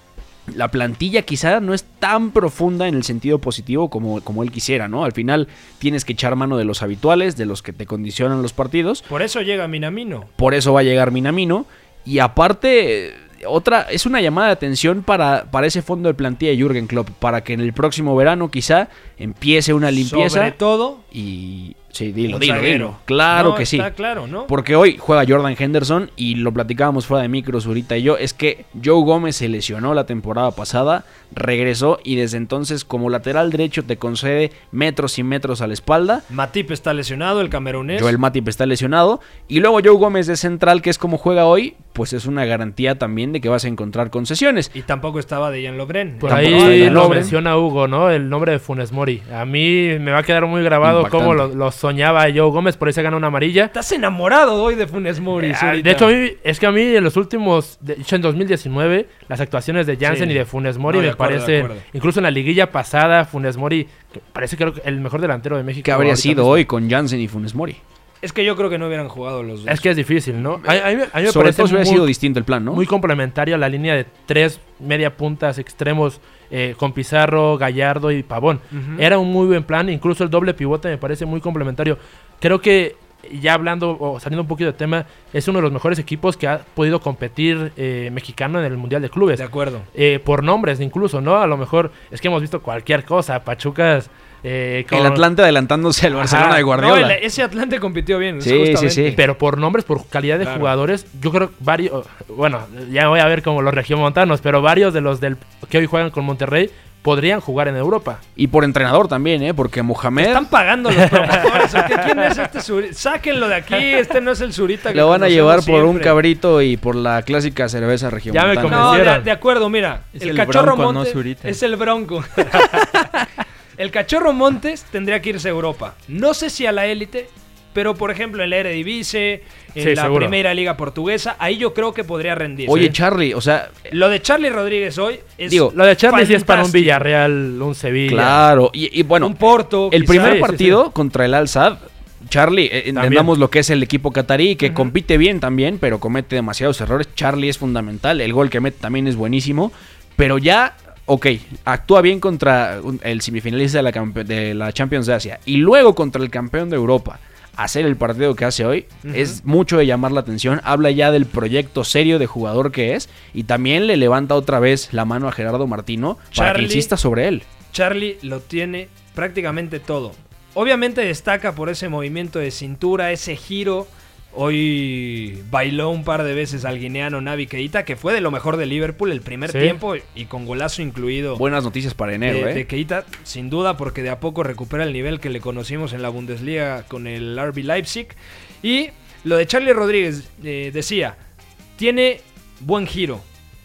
la plantilla quizá no es tan profunda en el sentido positivo como, como él quisiera, ¿no? Al final tienes que echar mano de los habituales, de los que te condicionan los partidos. Por eso llega Minamino. Por eso va a llegar Minamino. Y aparte, otra es una llamada de atención para, para ese fondo de plantilla de Jürgen Klopp, para que en el próximo verano quizá empiece una limpieza. Sobre todo... Y... Sí, dilo, dilo, dilo. Claro no, que sí. Está claro, ¿no? Porque hoy juega Jordan Henderson y lo platicábamos fuera de micros ahorita y yo, es que Joe Gómez se lesionó la temporada pasada, regresó y desde entonces como lateral derecho te concede metros y metros a la espalda. Matip está lesionado, el camerunés. Joel Matip está lesionado y luego Joe Gómez de central, que es como juega hoy, pues es una garantía también de que vas a encontrar concesiones. Y tampoco estaba Dejan Lovren. Por ahí lo menciona Hugo, ¿no? El nombre de Funes Mori. A mí me va a quedar muy grabado impactante. Cómo los lo soñaba Joe Gómez, por ahí se gana una amarilla. Estás enamorado hoy de Funes Mori. Eh, de hecho, a mí, es que a mí en los últimos, de hecho en dos mil diecinueve, las actuaciones de Jansen sí. y de Funes Mori no, de me parecen, incluso en la liguilla pasada, Funes Mori, que parece creo que el mejor delantero de México. ¿Qué habría sido hoy con Jansen y Funes Mori? Es que yo creo que no hubieran jugado los dos. Es que es difícil, ¿no? A, a mí, a mí me Sobre parece todo si hubiera muy, sido distinto el plan, ¿no? muy complementaria la línea de tres media puntas extremos eh, con Pizarro, Gallardo y Pavón. Uh-huh. Era un muy buen plan, incluso el doble pivote me parece muy complementario. Creo que, ya hablando o saliendo un poquito de tema, es uno de los mejores equipos que ha podido competir eh, mexicano en el Mundial de Clubes. De acuerdo. Eh, por nombres incluso, ¿no? A lo mejor es que hemos visto cualquier cosa, Pachucas... Eh, con... El Atlante adelantándose al Barcelona Ajá. de Guardiola. No, el, ese Atlante compitió bien. Sí, justamente. sí, sí. Pero por nombres, por calidad de Claro. jugadores, yo creo que varios, bueno, ya voy a ver como los regiomontanos, pero varios de los del que hoy juegan con Monterrey podrían jugar en Europa. Y por entrenador también, ¿eh? Porque Mohamed... Están pagando los promotores. ¿O qué? ¿Quién es este Zurita? Sáquenlo de aquí. Este no es el Zurita que Lo van a conocemos llevar por un siempre. cabrito y por la clásica cerveza regiomontana. Ya me No, de, convencieron. de acuerdo, mira. Es el, el Cachorro Bronco, no Montes Zurita. es el Bronco. El Cachorro Montes tendría que irse a Europa. No sé si a la élite, pero por ejemplo en la Eredivisie, en Sí, la seguro. Primera Liga Portuguesa, ahí yo creo que podría rendir. Oye, ¿Sí? Charlie, o sea... Lo de Charlie Rodríguez hoy es Digo, Lo de Charlie sí es para un fantástico. Villarreal, un Sevilla. Claro, y, y bueno, Un Porto. el quizá. primer Sí, sí, partido sí. contra el Al-Sadd, Charlie, eh, entendamos lo que es el equipo catarí, que Ujú. compite bien también, pero comete demasiados errores. Charlie es fundamental, el gol que mete también es buenísimo, pero ya, ok, actúa bien contra un- el semifinalista de la, campe- de la Champions de Asia, y luego contra el campeón de Europa. Hacer el partido que hace hoy Ujú. es mucho de llamar la atención, habla ya del proyecto serio de jugador que es, y también le levanta otra vez la mano a Gerardo Martino para que Charlie- insista sobre él. Charlie lo tiene prácticamente todo. Obviamente destaca por ese movimiento de cintura, ese giro. Hoy bailó un par de veces al guineano Naby Keita, que fue de lo mejor de Liverpool el primer Sí. tiempo y con golazo incluido. Buenas noticias para enero, de, ¿eh? de Keita, sin duda, porque de a poco recupera el nivel que le conocimos en la Bundesliga con el R B Leipzig. Y lo de Charlie Rodríguez, eh, decía, tiene buen giro,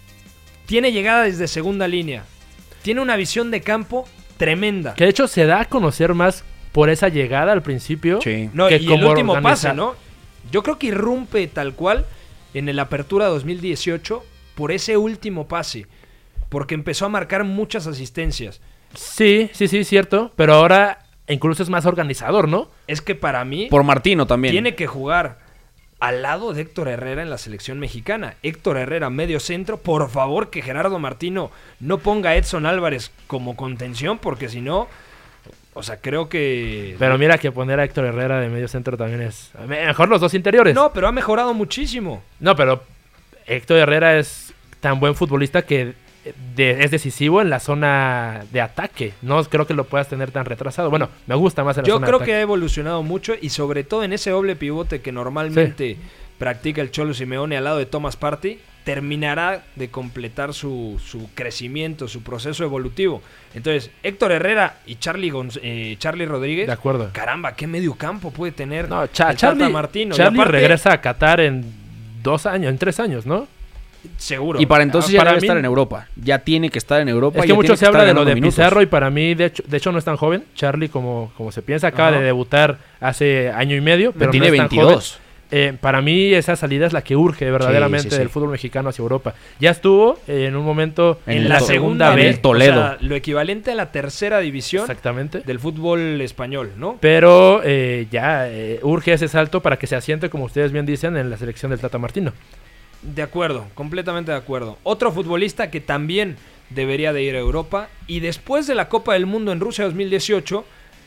tiene llegada desde segunda línea, tiene una visión de campo tremenda. Que de hecho se da a conocer más por esa llegada al principio. Sí. No, que y el como último organiza- pase, ¿no? Yo creo que irrumpe tal cual en el Apertura dos mil dieciocho por ese último pase, porque empezó a marcar muchas asistencias. Sí, sí, sí, cierto. Pero ahora incluso es más organizador, ¿no? Es que para mí Por Martino también. tiene que jugar al lado de Héctor Herrera en la selección mexicana. Héctor Herrera, medio centro. Por favor, que Gerardo Martino no ponga a Edson Álvarez como contención, porque si no, o sea, creo que... Pero mira que poner a Héctor Herrera de medio centro también es... Mejor los dos interiores. No, pero ha mejorado muchísimo. No, pero Héctor Herrera es tan buen futbolista que de- es decisivo en la zona de ataque. No creo que lo puedas tener tan retrasado. Bueno, me gusta más en la Yo zona creo de que ataque. ha evolucionado mucho y sobre todo en ese doble pivote que normalmente practica el Cholo Simeone al lado de Thomas Partey, terminará de completar su, su crecimiento, su proceso evolutivo. Entonces, Héctor Herrera y Charlie, Gonz- eh, Charlie Rodríguez, De acuerdo. caramba, qué medio campo puede tener No, Cha- el Tata Charlie, Martino. Y Charlie aparte, regresa a Qatar en dos años, en tres años, ¿no? seguro. Y para entonces Ah, ya para debe mí- estar en Europa. Ya tiene que estar en Europa. Es ya que mucho tiene se habla estar de lo ganando de minutos. Pizarro y para mí, de hecho, de hecho no es tan joven. Charlie, como, como se piensa, acaba Ajá. de debutar hace año y medio, pero tiene no es tan veintidós. joven. Eh, para mí esa salida es la que urge verdaderamente Sí, sí, sí. del fútbol mexicano hacia Europa. Ya estuvo eh, en un momento En en el la to- segunda en el vez, Toledo. o sea, lo equivalente a la tercera división exactamente. del fútbol español, ¿no? Pero eh, ya eh, urge ese salto para que se asiente, como ustedes bien dicen, en la selección del Tata Martino. De acuerdo, completamente de acuerdo. Otro futbolista que también debería de ir a Europa y después de la Copa del Mundo en Rusia dos mil dieciocho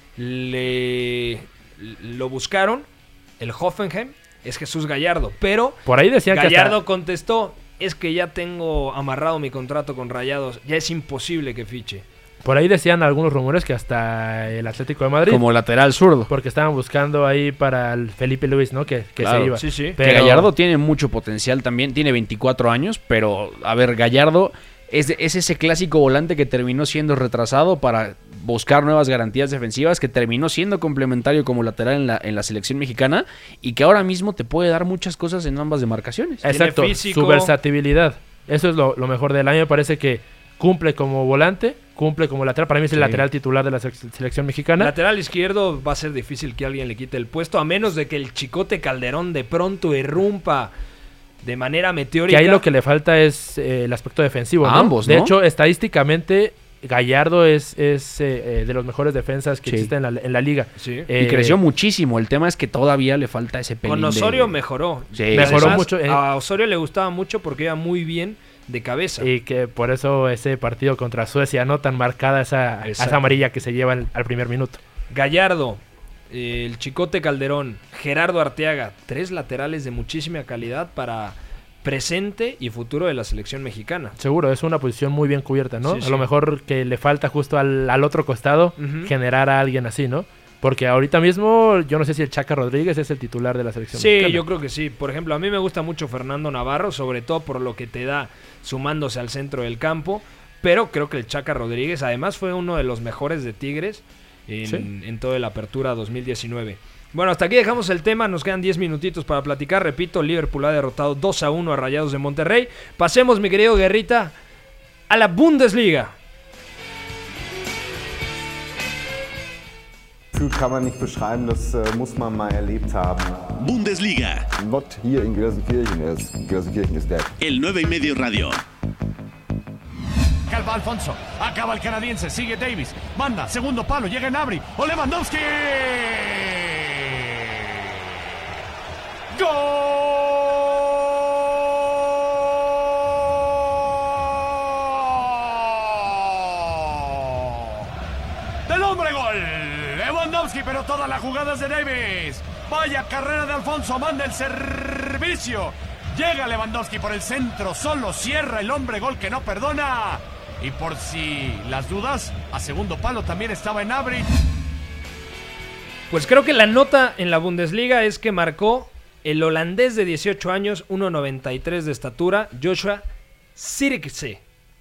le lo buscaron el Hoffenheim, es Jesús Gallardo, pero Por ahí decían Gallardo que hasta, contestó, es que ya tengo amarrado mi contrato con Rayados, ya es imposible que fiche. por ahí decían algunos rumores que hasta el Atlético de Madrid, Como lateral zurdo. porque estaban buscando ahí para el Felipe Luis, ¿no? Que, que Claro. se iba. Sí, sí. Pero- Que Gallardo tiene mucho potencial también. Tiene veinticuatro años, pero a ver, Gallardo es, de- es ese clásico volante que terminó siendo retrasado para buscar nuevas garantías defensivas, que terminó siendo complementario como lateral en la, en la selección mexicana y que ahora mismo te puede dar muchas cosas en ambas demarcaciones. Exacto, físico. su versatilidad. Eso es lo, lo mejor de él. A mí me parece que cumple como volante, cumple como lateral. Para mí es el Sí. lateral titular de la sele- selección mexicana. Lateral izquierdo va a ser difícil que alguien le quite el puesto, a menos de que el Chicote Calderón de pronto irrumpa de manera Que meteórica. ahí lo que le falta es eh, el aspecto defensivo. A ¿no? ambos, De ¿no? hecho, estadísticamente, Gallardo es, es eh, eh, de los mejores defensas que Sí. existen en la, en la liga. Sí. Eh, Y creció muchísimo. El tema es que todavía le falta ese pelín. Con Osorio de... mejoró. Sí, Mejoró Además, mucho, eh. A Osorio le gustaba mucho porque iba muy bien de cabeza. Y que por eso ese partido contra Suecia, ¿no? Tan marcada esa, Exacto. esa amarilla que se lleva al, al primer minuto. Gallardo, eh, el Chicote Calderón, Gerardo Arteaga, tres laterales de muchísima calidad para presente y futuro de la selección mexicana. Seguro, es una posición muy bien cubierta, ¿no? Sí, a sí. lo mejor que le falta justo al, al otro costado Ujú. generar a alguien así, ¿no? Porque ahorita mismo yo no sé si el Chaca Rodríguez es el titular de la selección Sí, mexicana. yo creo que sí. Por ejemplo, a mí me gusta mucho Fernando Navarro, sobre todo por lo que te da sumándose al centro del campo. Pero creo que el Chaca Rodríguez, además, fue uno de los mejores de Tigres en, Sí. en toda la apertura dos mil diecinueve. Bueno, hasta aquí dejamos el tema. Nos quedan diez minutitos para platicar. Repito, Liverpool ha derrotado dos a uno a Rayados de Monterrey. Pasemos, mi querido Guerrita, a la Bundesliga. Gefühl kann man nicht beschreiben, das äh, muss man mal erlebt haben. Bundesliga, Not here in Gelsenkirchen, is, Gelsenkirchen is dead. el nueve y medio radio. Calva Alfonso, acaba el canadiense, sigue Davis, manda, segundo palo, llega Gnabry, o Lewandowski. ¡Gol! ¡Del hombre gol! Lewandowski, pero todas las jugadas de Davis. Vaya carrera de Alfonso, manda el servicio. Llega Lewandowski por el centro, solo cierra el hombre gol que no perdona. Y por si las dudas, a segundo palo también estaba Gnabry. Pues creo que la nota en la Bundesliga es que marcó el holandés de dieciocho años, uno noventa y tres de estatura, Joshua Zirkzee.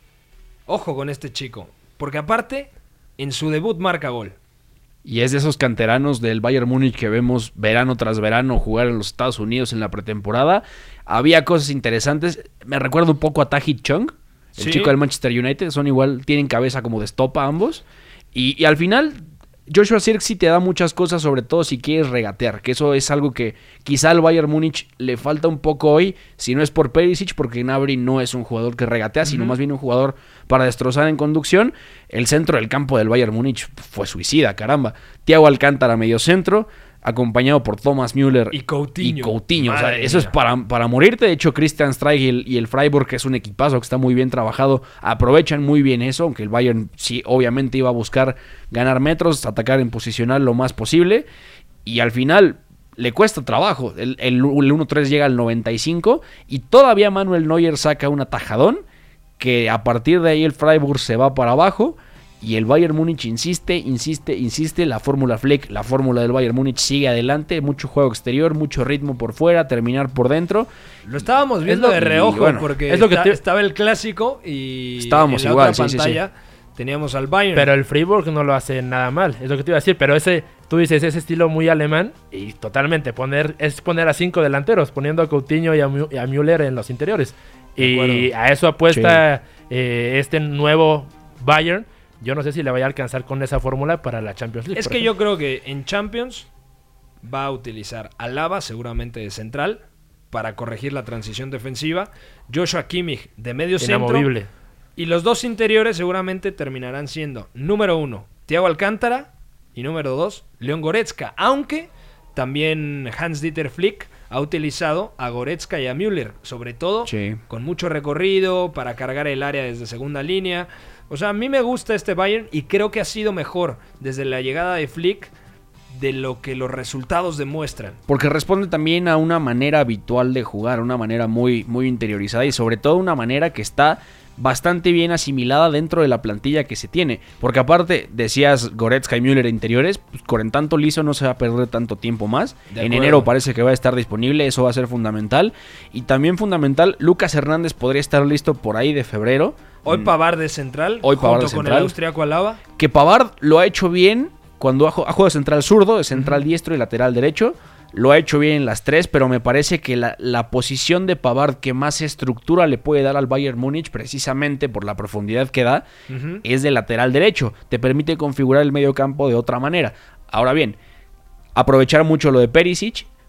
Ojo con este chico, porque aparte, en su debut marca gol. Y es de esos canteranos del Bayern Múnich que vemos verano tras verano jugar en los Estados Unidos en la pretemporada. Había cosas interesantes. Me recuerda un poco a Tahith Chong, el Sí. chico del Manchester United. Son igual, tienen cabeza como de estopa ambos. Y, y al final, Joshua Zirkzee te da muchas cosas, sobre todo si quieres regatear. Que eso es algo que quizá al Bayern Múnich le falta un poco hoy. Si no es por Perisic, porque Gnabry no es un jugador que regatea, sino Ujú. más bien un jugador para destrozar en conducción. El centro del campo del Bayern Múnich fue suicida, caramba. Thiago Alcántara, medio centro, acompañado por Thomas Müller Y Coutinho. y Coutinho. O sea, Madre eso es mía. para, para morirte. De hecho, Christian Streich y el, y el Freiburg, que es un equipazo que está muy bien trabajado, aprovechan muy bien eso, aunque el Bayern sí obviamente iba a buscar ganar metros, atacar en posicional lo más posible, y al final le cuesta trabajo. El, el, el uno tres llega al noventa y cinco y todavía Manuel Neuer saca un atajadón que a partir de ahí el Freiburg se va para abajo. Y el Bayern Múnich insiste, insiste, insiste. La fórmula Flick, la fórmula del Bayern Múnich sigue adelante. Mucho juego exterior, mucho ritmo por fuera, terminar por dentro. Lo estábamos viendo lo- de reojo, y bueno, porque es lo que está- te- estaba el clásico y Estábamos en la igual, otra sí, sí, pantalla teníamos al Bayern. Pero el Freiburg no lo hace nada mal, es lo que te iba a decir. Pero ese, tú dices, ese estilo muy alemán y totalmente poner es poner a cinco delanteros, poniendo a Coutinho y a, Mu- y a Müller en los interiores. De Y acuerdo. a eso apuesta eh, este nuevo Bayern. Yo no sé si le vaya a alcanzar con esa fórmula para la Champions League. Es por que yo ejemplo. creo que en Champions va a utilizar a Alaba, seguramente de central, para corregir la transición defensiva. Joshua Kimmich de medio centro. Inamovible. Y los dos interiores seguramente terminarán siendo, número uno, Thiago Alcántara, y número dos, Leon Goretzka. Aunque también Hans-Dieter Flick ha utilizado a Goretzka y a Müller, sobre todo Sí. con mucho recorrido para cargar el área desde segunda línea. O sea, a mí me gusta este Bayern y creo que ha sido mejor desde la llegada de Flick de lo que los resultados demuestran. Porque responde también a una manera habitual de jugar, una manera muy, muy interiorizada y sobre todo una manera que está bastante bien asimilada dentro de la plantilla que se tiene. Porque aparte, decías Goretzka y Müller interiores, pues con tanto liso no se va a perder tanto tiempo más. De En acuerdo. enero parece que va a estar disponible, eso va a ser fundamental. Y también fundamental, Lucas Hernández podría estar listo por ahí de febrero. Hoy Mm, Pavard de central, Hoy junto Pavard de con central. el austriaco Alaba. Que Pavard lo ha hecho bien cuando ha, ju- ha jugado de central zurdo, de central diestro y lateral derecho. Lo ha hecho bien en las tres, pero me parece que la, la posición de Pavard que más estructura le puede dar al Bayern Múnich, precisamente por la profundidad que da, Ujú. es de lateral derecho. Te permite configurar el medio campo de otra manera. Ahora bien, aprovechar mucho lo de Perisic,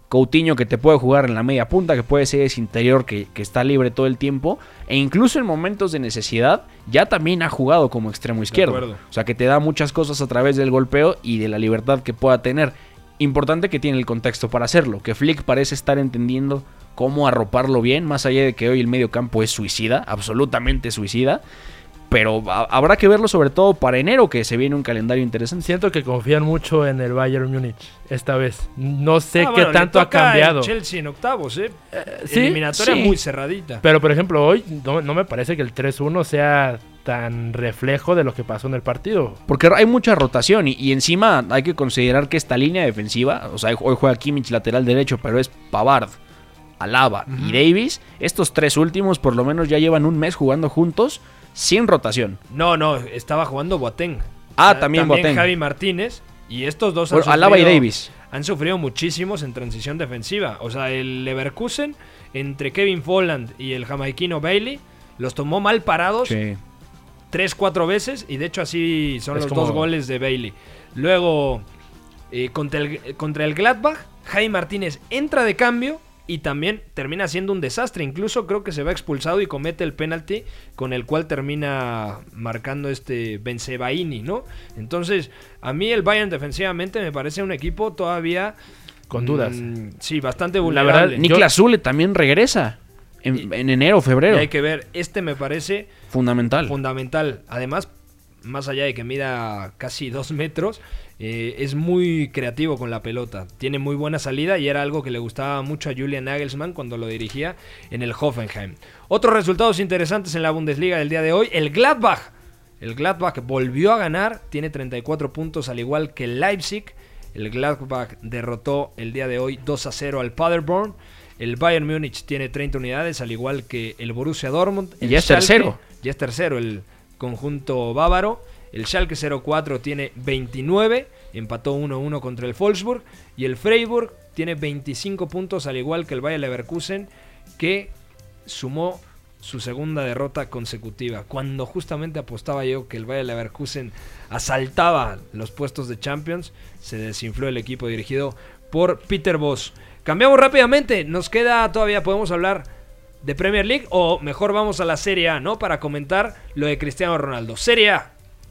Coutinho que te puede jugar en la media punta, que puede ser ese interior que, que está libre todo el tiempo, e incluso en momentos de necesidad ya también ha jugado como extremo izquierdo. O sea que te da muchas cosas a través del golpeo y de la libertad que pueda tener. Importante que tiene el contexto para hacerlo, que Flick parece estar entendiendo cómo arroparlo bien, más allá de que hoy el medio campo es suicida, absolutamente suicida. Pero habrá que verlo sobre todo para enero, que se viene un calendario interesante. Siento que confían mucho en el Bayern Múnich esta vez. No sé ah, qué bueno, tanto ha cambiado. El Chelsea en octavos, ¿eh? eh ¿sí? Eliminatoria sí. muy cerradita. Pero por ejemplo hoy no, no me parece que el tres uno sea tan reflejo de lo que pasó en el partido. Porque hay mucha rotación y, y encima hay que considerar que esta línea defensiva, o sea, hoy juega Kimmich lateral derecho, pero es Pavard, Alaba uh-huh. y Davis. Estos tres últimos por lo menos ya llevan un mes jugando juntos sin rotación. No, no, estaba jugando Boateng. Ah, o sea, también, también Boateng. Javi Martínez. Y estos dos bueno, han, sufrido, Alaba y Davis. han sufrido muchísimos en transición defensiva. O sea, el Leverkusen, entre Kevin Folland y el jamaiquino Bailey, los tomó mal parados sí. tres, cuatro veces. Y de hecho así son es los como... dos goles de Bailey. Luego, eh, contra, el, contra el Gladbach, Javi Martínez entra de cambio y también termina siendo un desastre. Incluso creo que se va expulsado y comete el penalti con el cual termina marcando este Bensebaini, ¿no? Entonces, a mí el Bayern defensivamente me parece un equipo todavía con dudas. Mmm, sí, bastante vulnerable. La verdad, Niklas Zule también regresa en, en enero, febrero. Y hay que ver, este me parece fundamental. Fundamental. Además, más allá de que mida casi dos metros, eh, es muy creativo con la pelota. Tiene muy buena salida y era algo que le gustaba mucho a Julian Nagelsmann cuando lo dirigía en el Hoffenheim. Otros resultados interesantes en la Bundesliga del día de hoy. El Gladbach. El Gladbach volvió a ganar. Tiene treinta y cuatro puntos al igual que el Leipzig. El Gladbach derrotó el día de hoy dos a cero al Paderborn. El Bayern Múnich tiene treinta unidades al igual que el Borussia Dortmund. El y ya es Schalke, tercero. Ya es tercero el conjunto bávaro. El Schalke cero cuatro tiene veintinueve, empató uno uno contra el Wolfsburg. Y el Freiburg tiene veinticinco puntos, al igual que el Bayer Leverkusen, que sumó su segunda derrota consecutiva. Cuando justamente apostaba yo que el Bayer Leverkusen asaltaba los puestos de Champions, se desinfló el equipo dirigido por Peter Bosz. Cambiamos rápidamente, nos queda todavía, podemos hablar de Premier League, o mejor vamos a la Serie A, ¿no? Para comentar lo de Cristiano Ronaldo. Serie A.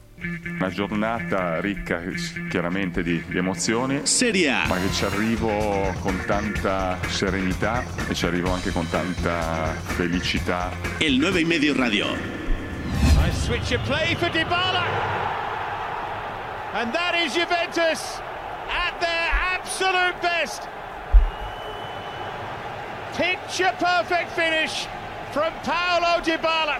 Una giornata ricca chiaramente di, di emozioni, Serie A, ma che ci arrivo con tanta serenità e ci arrivo anche con tanta felicità. El nueve y medio radio. Nice switch of play for Dybala, and that is Juventus at their absolute best. Picture perfect finish from Paulo Dybala.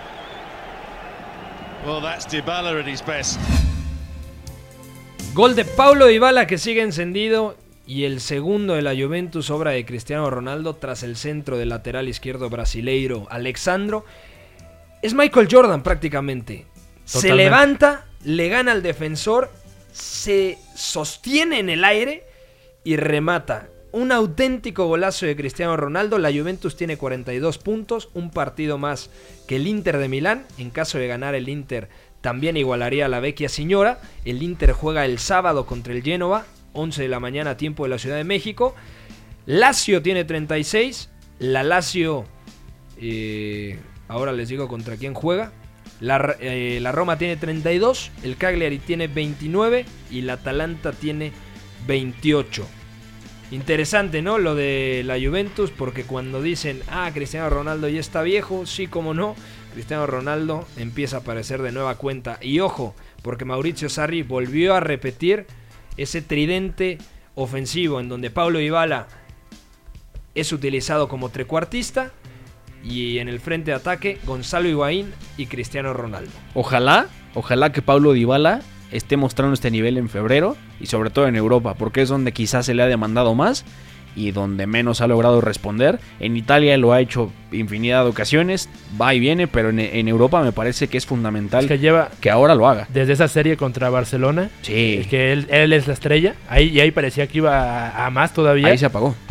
Well, that's Dybala at his best. Gol de Paulo Dybala que sigue encendido, y el segundo de la Juventus, obra de Cristiano Ronaldo, tras el centro del lateral izquierdo brasileiro Alexandro. Es Michael Jordan prácticamente. Totalmente. Se levanta, le gana al defensor, se sostiene en el aire y remata. Un auténtico golazo de Cristiano Ronaldo. La Juventus tiene cuarenta y dos puntos, un partido más que el Inter de Milán. En caso de ganar el Inter, también igualaría a la Vecchia Signora. El Inter juega el sábado contra el Génova, once de la mañana, tiempo de la Ciudad de México. Lazio tiene treinta y seis. La Lazio, eh, ahora les digo contra quién juega. La, eh, la Roma tiene treinta y dos. El Cagliari tiene veintinueve. Y la Atalanta tiene veintiocho. Interesante, ¿no? Lo de la Juventus, porque cuando dicen, ah, Cristiano Ronaldo ya está viejo, sí, como no, Cristiano Ronaldo empieza a aparecer de nueva cuenta. Y ojo, porque Maurizio Sarri volvió a repetir ese tridente ofensivo en donde Paulo Dybala es utilizado como trecuartista y en el frente de ataque Gonzalo Higuaín y Cristiano Ronaldo. Ojalá, ojalá que Paulo Dybala esté mostrando este nivel en febrero y sobre todo en Europa, porque es donde quizás se le ha demandado más y donde menos ha logrado responder. En Italia lo ha hecho infinidad de ocasiones, va y viene, pero en, en Europa me parece que es fundamental es que, lleva que ahora lo haga. Desde esa serie contra Barcelona, sí, que él, él es la estrella, ahí, y ahí parecía que iba a, a más todavía. Ahí se apagó.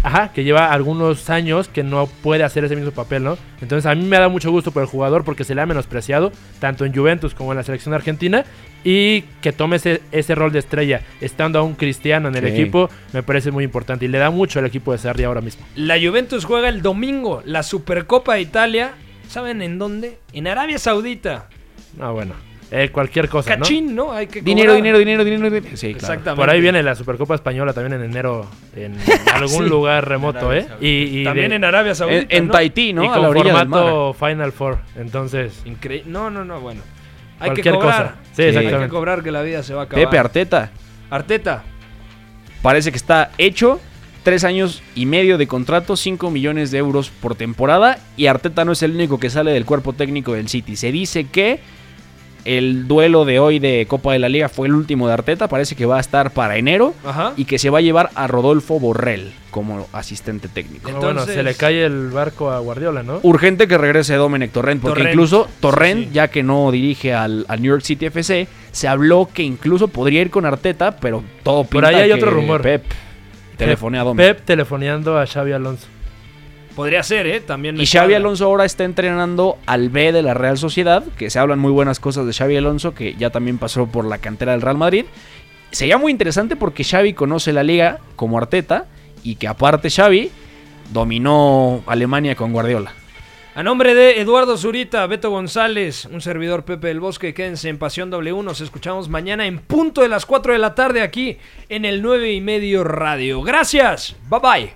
Ajá, que lleva algunos años que no puede hacer ese mismo papel, ¿no? Entonces a mí me da mucho gusto por el jugador porque se le ha menospreciado, tanto en Juventus como en la selección argentina, y que tome ese, ese rol de estrella, estando aún Cristiano en el Sí. equipo, me parece muy importante, y le da mucho al equipo de Sarri ahora mismo. La Juventus juega el domingo la Supercopa de Italia. ¿Saben en dónde? En Arabia Saudita. Ah, bueno. Eh, cualquier cosa, ¿no? Cachín, ¿no? Hay que Dinero, cobrar. dinero, dinero, dinero, dinero. Sí, claro. Exactamente. Por ahí viene la Supercopa Española también en enero en algún Sí. lugar remoto, ¿eh? Y, y También de- en Arabia Saudita, En, en ¿no? Tahití, ¿no? Y A con la orilla del formato Final Four, entonces... Increíble. No, no, no, bueno. Hay Cualquier que cobrar. cosa. Sí, Hay exactamente. que cobrar que la vida se va a acabar. Pepe Arteta. Arteta. Parece que está hecho. Tres años y medio de contrato, cinco millones de euros por temporada. Y Arteta no es el único que sale del cuerpo técnico del City. Se dice que el duelo de hoy de Copa de la Liga fue el último de Arteta. Parece que va a estar para enero. Ajá. Y que se va a llevar a Rodolfo Borrell como asistente técnico. No, bueno, se le cae el barco a Guardiola, ¿no? Urgente que regrese Domenech Torrent, porque Torrent. incluso Torrent, Sí, sí. ya que no dirige al, al New York City F C, se habló que incluso podría ir con Arteta, pero todo pinta Por ahí hay que otro rumor. Pep telefonea a Domenech. Pep telefoneando a Xavi Alonso. Podría ser, ¿eh? También me Y Xavi cuadra. Alonso ahora está entrenando al B de la Real Sociedad, que se hablan muy buenas cosas de Xavi Alonso, que ya también pasó por la cantera del Real Madrid. Sería muy interesante porque Xavi conoce la liga como Arteta y que aparte Xavi dominó Alemania con Guardiola. A nombre de Eduardo Zurita, Beto González, un servidor Pepe del Bosque, quédense en Pasión W. Nos escuchamos mañana en punto de las cuatro de la tarde aquí en el nueve y medio Radio. Gracias, bye bye.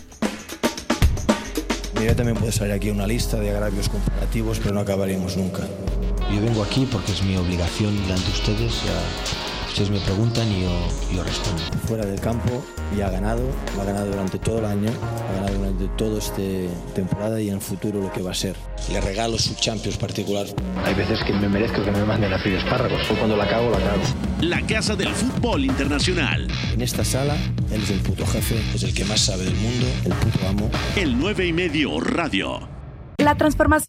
Mira, también puede salir aquí una lista de agravios comparativos, pero no acabaríamos nunca. Yo vengo aquí porque es mi obligación delante de ustedes. Ya, ustedes me preguntan y yo, yo respondo. Fuera del campo y ha ganado, lo ha ganado durante todo el año, ha ganado durante toda esta temporada y en el futuro lo que va a ser. Le regalo su Champions particular. Hay veces que me merezco que me manden a freír espárragos. O cuando la cago, la cago. La casa del fútbol internacional. En esta sala, él es el puto jefe, es el que más sabe del mundo, el puto amo. El nueve y medio Radio. La transformación